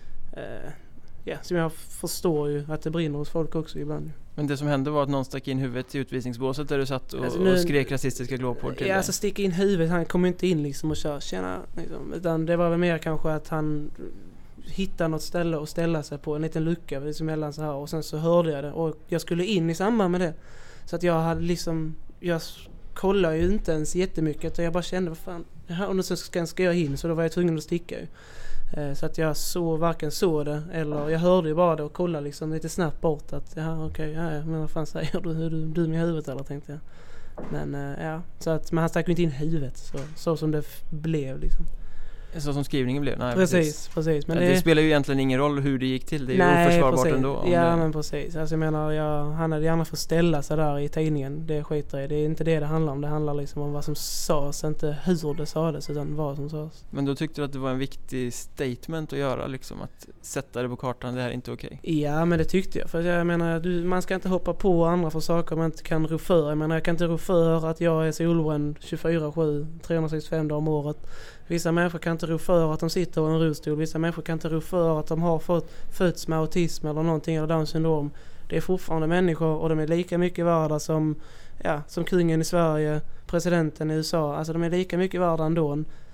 uh, ja, som jag förstår ju att det brinner hos folk också ibland. Men det som hände var att någon stack in huvudet i utvisningsbåset där du satt och, alltså nu, och skrek rasistiska glåpord till ja, dig. alltså sticka in huvudet, han kom inte in liksom och sa tjena liksom, utan det var väl mer kanske att han hittade något ställe och ställa sig på en liten lucka liksom mellan så här, och sen så hörde jag det och jag skulle in i samband med det. Så att jag hade liksom, jag kollade ju inte ens jättemycket och jag bara kände, vad fan, och nu ska, ska jag in, så då var jag tvungen att sticka ju. Eh, så att jag så varken såg det eller jag hörde ju bara det och kollade liksom lite snabbt bort att ja okej, okay, ja, men vad fan säger du, är du dum i huvudet eller, tänkte jag. Men eh, ja, så att, men han stack ju inte in huvudet så, så som det f- blev liksom. Så som skrivningen blev? Nej, precis, precis. precis. Men ja, det, det spelar ju egentligen ingen roll hur det gick till. Det är nej, ju oförsvarbart precis. ändå. Ja, det... men precis. Alltså jag menar, jag, han hade gärna fått ställa sig där i tidningen. Det skiter i. Det är inte det det handlar om. Det handlar liksom om vad som sades, inte hur det sades, utan vad som sades. Men då tyckte du att det var en viktig statement att göra, liksom, att sätta det på kartan, det här är inte okej? Okay. Ja, men det tyckte jag. För jag menar, du, man ska inte hoppa på andra för saker man inte kan rå för. Jag menar, jag kan inte rå för att jag är solbränd tjugofyra sju, trehundrasextiofem dagar om året. Vissa människor kan inte rå för att de sitter i en rullstol. Vissa människor kan inte rå för att de har fått fötts med autism eller någonting eller Down syndrom. Det är fortfarande människor och de är lika mycket värda som, ja, som kungen i Sverige, presidenten i U S A. Alltså de är lika mycket värda ändå.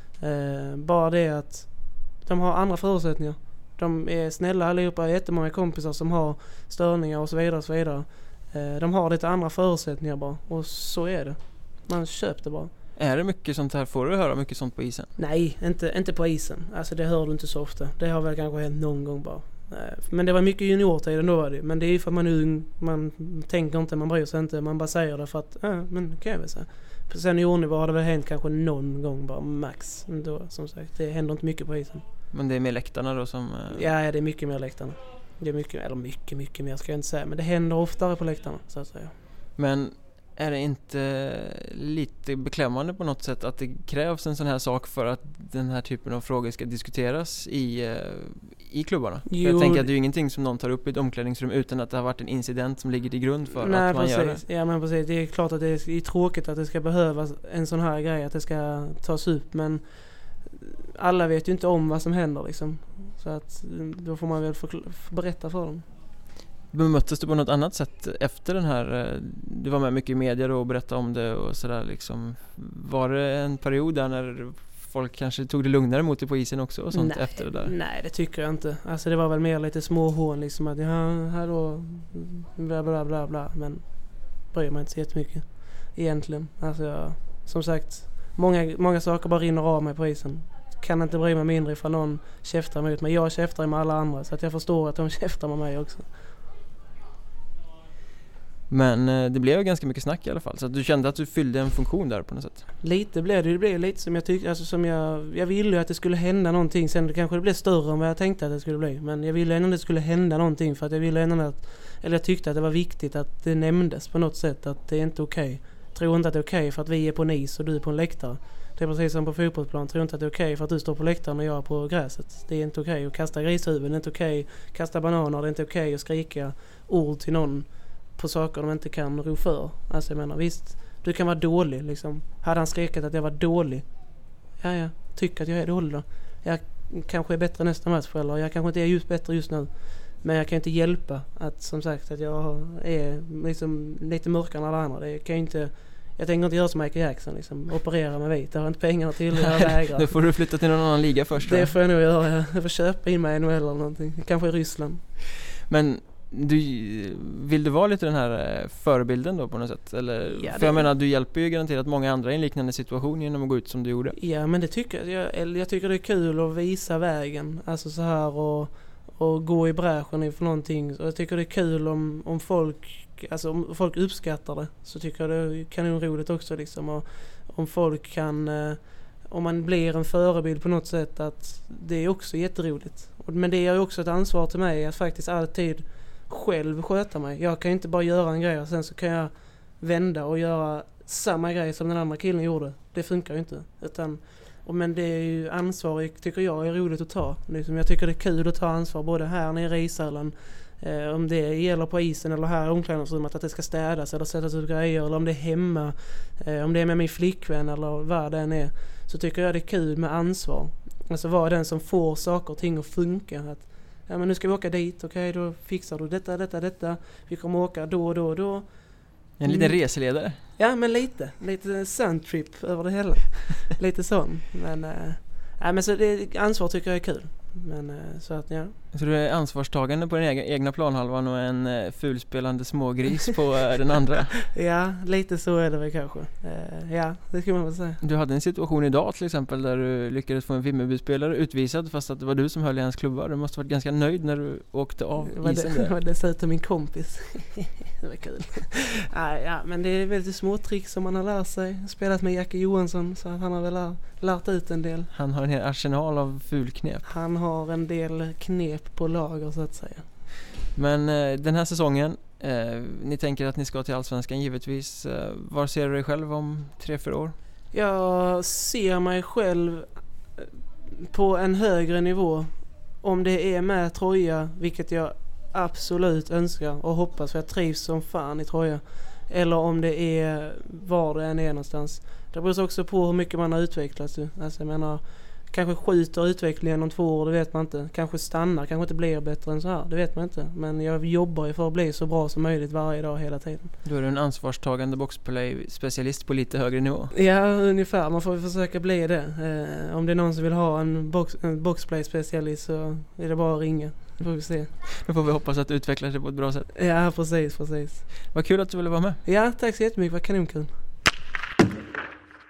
Eh, bara det att de har andra förutsättningar. De är snälla allihopa, jättemånga kompisar som har störningar och så vidare och så vidare. Eh, de har lite andra förutsättningar bara. Och så är det. Man köper bara. Är det mycket sånt här? Får du höra mycket sånt på isen? Nej, inte, inte på isen. Alltså det hör du inte så ofta. Det har väl kanske hänt någon gång bara. Men det var mycket juniortiden då var det. Men det är ju för att man är ung. Man tänker inte, man bryr sig inte. Man bara säger det för att, ja, men kan jag väl säga. På seniornivå har det väl hänt kanske någon gång bara, max. Då, som sagt, det händer inte mycket på isen. Men det är med läktarna då som... Ja, ja, det är mycket mer läktarna. Det är mycket, eller mycket, mycket mer ska jag inte säga. Men det händer oftare på läktarna, så att säga. Men... är det inte lite beklämmande på något sätt att det krävs en sån här sak för att den här typen av frågor ska diskuteras i, i klubbarna? För jag tänker att det är ju ingenting som någon tar upp i ett omklädningsrum utan att det har varit en incident som ligger till grund för nej, att man precis. gör det. Ja, men precis. Det är klart att det är tråkigt att det ska behövas en sån här grej, att det ska tas upp, men alla vet ju inte om vad som händer liksom. Så att då får man väl förkl- berätta för dem. Bemöttes du på något annat sätt efter den här, du var med mycket i media och berättade om det och sådär liksom, var det en period där när folk kanske tog det lugnare mot dig på isen också och sånt nej, efter det där? Nej, det tycker jag inte. Alltså det var väl mer lite småhån liksom att ja, hallå, bla bla bla bla. Men bryr mig inte så jättemycket egentligen. Alltså jag, som sagt, många, många saker bara rinner av mig på isen. Kan inte bry mig mindre ifall någon käftar mig ut. Men jag käftar med alla andra så att jag förstår att de käftar med mig också. Men eh, det blev ganska mycket snack i alla fall. Så att du kände att du fyllde en funktion där på något sätt? Lite blev det. Det blev lite som jag tyckte. Alltså som jag, jag ville ju att det skulle hända någonting. Sen kanske det blev större än vad jag tänkte att det skulle bli. Men jag ville ändå att det skulle hända någonting. För att jag ville ändå att... Eller jag tyckte att det var viktigt att det nämndes på något sätt. Att det är inte okej. Okay. Tror inte att det är okej okay för att vi är på en is och du är på en läktare. Det är precis som på fotbollsplan. Tror inte att det är okej okay för att du står på läktaren och jag är på gräset. Det är inte okej okay att kasta grishuvuden. Det är inte okej okay att kasta bananer. Det är inte okej okay att skrika ord till någon på saker de inte kan ro för. Alltså jag menar, visst, du kan vara dålig liksom. Hade han skrikit att jag var dålig, ja, jag tycker att jag är dålig då. Jag kanske är bättre nästa match eller jag kanske inte är just bättre just nu. Men jag kan inte hjälpa att, som sagt, att jag är liksom lite mörkare än alla andra. Det kan jag inte... Jag tänker inte göra som Michael Jackson liksom, operera med vit. Jag har inte pengarna till, jag vägrar. Då får du flytta till någon annan liga först. Det då. får jag nog göra. Jag får köpa in mig i N H L eller någonting. Kanske i Ryssland. Men du, vill du vara lite den här förebilden då på något sätt? Eller, ja, för det... jag menar, du hjälper ju garanterat många andra i en liknande situation genom att gå ut som du gjorde. Ja, men det tycker jag. Jag, jag tycker det är kul att visa vägen. Alltså så här och, och gå i bräschen inför någonting. Och jag tycker det är kul om, om folk, alltså om folk uppskattar det. Så tycker jag det är kanonroligt också liksom. Och om folk kan, om man blir en förebild på något sätt, att det är också jätteroligt. Men det är ju också ett ansvar till mig att faktiskt alltid själv sköta mig. Jag kan inte bara göra en grej och sen så kan jag vända och göra samma grej som den andra killen gjorde. Det funkar ju inte. Utan, och men det är ju ansvar, tycker jag är roligt att ta. Liksom jag tycker det är kul att ta ansvar både här nere i ishallen, eh, om det gäller på isen eller här i omklädningsrummet, att det ska städas eller sättas ut grejer, eller om det är hemma, eh, om det är med min flickvän eller vad det än är, så tycker jag det är kul med ansvar. Alltså vara den som får saker och ting att funka. Att ja, men nu ska vi åka dit, okej, okay, då fixar du detta, detta, detta. Vi kommer åka då, då, då. En liten mm. reseledare. Ja, men lite. Lite sandtrip över det hela. Lite sån. Men, äh, ja, men så det, ansvar tycker jag är kul. Men äh, så att, ja. Så du är ansvarstagande på den egna, egna planhalvan och en äh, fulspelande smågris på äh, den andra? Ja, lite så är det väl kanske. Äh, ja, det kan man väl säga. Du hade en situation idag till exempel där du lyckades få en Vimmerby-spelare utvisad fast att det var du som höll i hans klubbar. Du måste varit ganska nöjd när du åkte av var isen det, där. Var dessutom min kompis. Det var kul. ja, ja, men det är väldigt små trick som man har lärt sig. Spelat med Jackie Johansson, så han har väl lärt, lärt ut en del. Han har en hel arsenal av fulknep. Han har en del knep på lager så att säga. Men eh, den här säsongen, eh, ni tänker att ni ska till Allsvenskan givetvis. Eh, var ser du dig själv om tre, fyra år? Jag ser mig själv på en högre nivå. Om det är med Troja, vilket jag absolut önskar och hoppas, för jag trivs som fan i Troja. Eller om det är var det än är någonstans. Det beror också på hur mycket man har utvecklats. Alltså jag menar, kanske skjuter utvecklingen om två år, det vet man inte. Kanske stannar, kanske inte blir bättre än så här, det vet man inte. Men jag jobbar ju för att bli så bra som möjligt varje dag, hela tiden. Då är du en ansvarstagande boxplay-specialist på lite högre nivå. Ja, ungefär. Man får försöka bli det. Eh, om det är någon som vill ha en, box, en boxplay-specialist så är det bara att ringa. Det får vi se. Då får vi hoppas att det utvecklar sig på ett bra sätt. Ja, precis, precis. Vad kul att du ville vara med. Ja, tack så jättemycket. Vad kanonkul.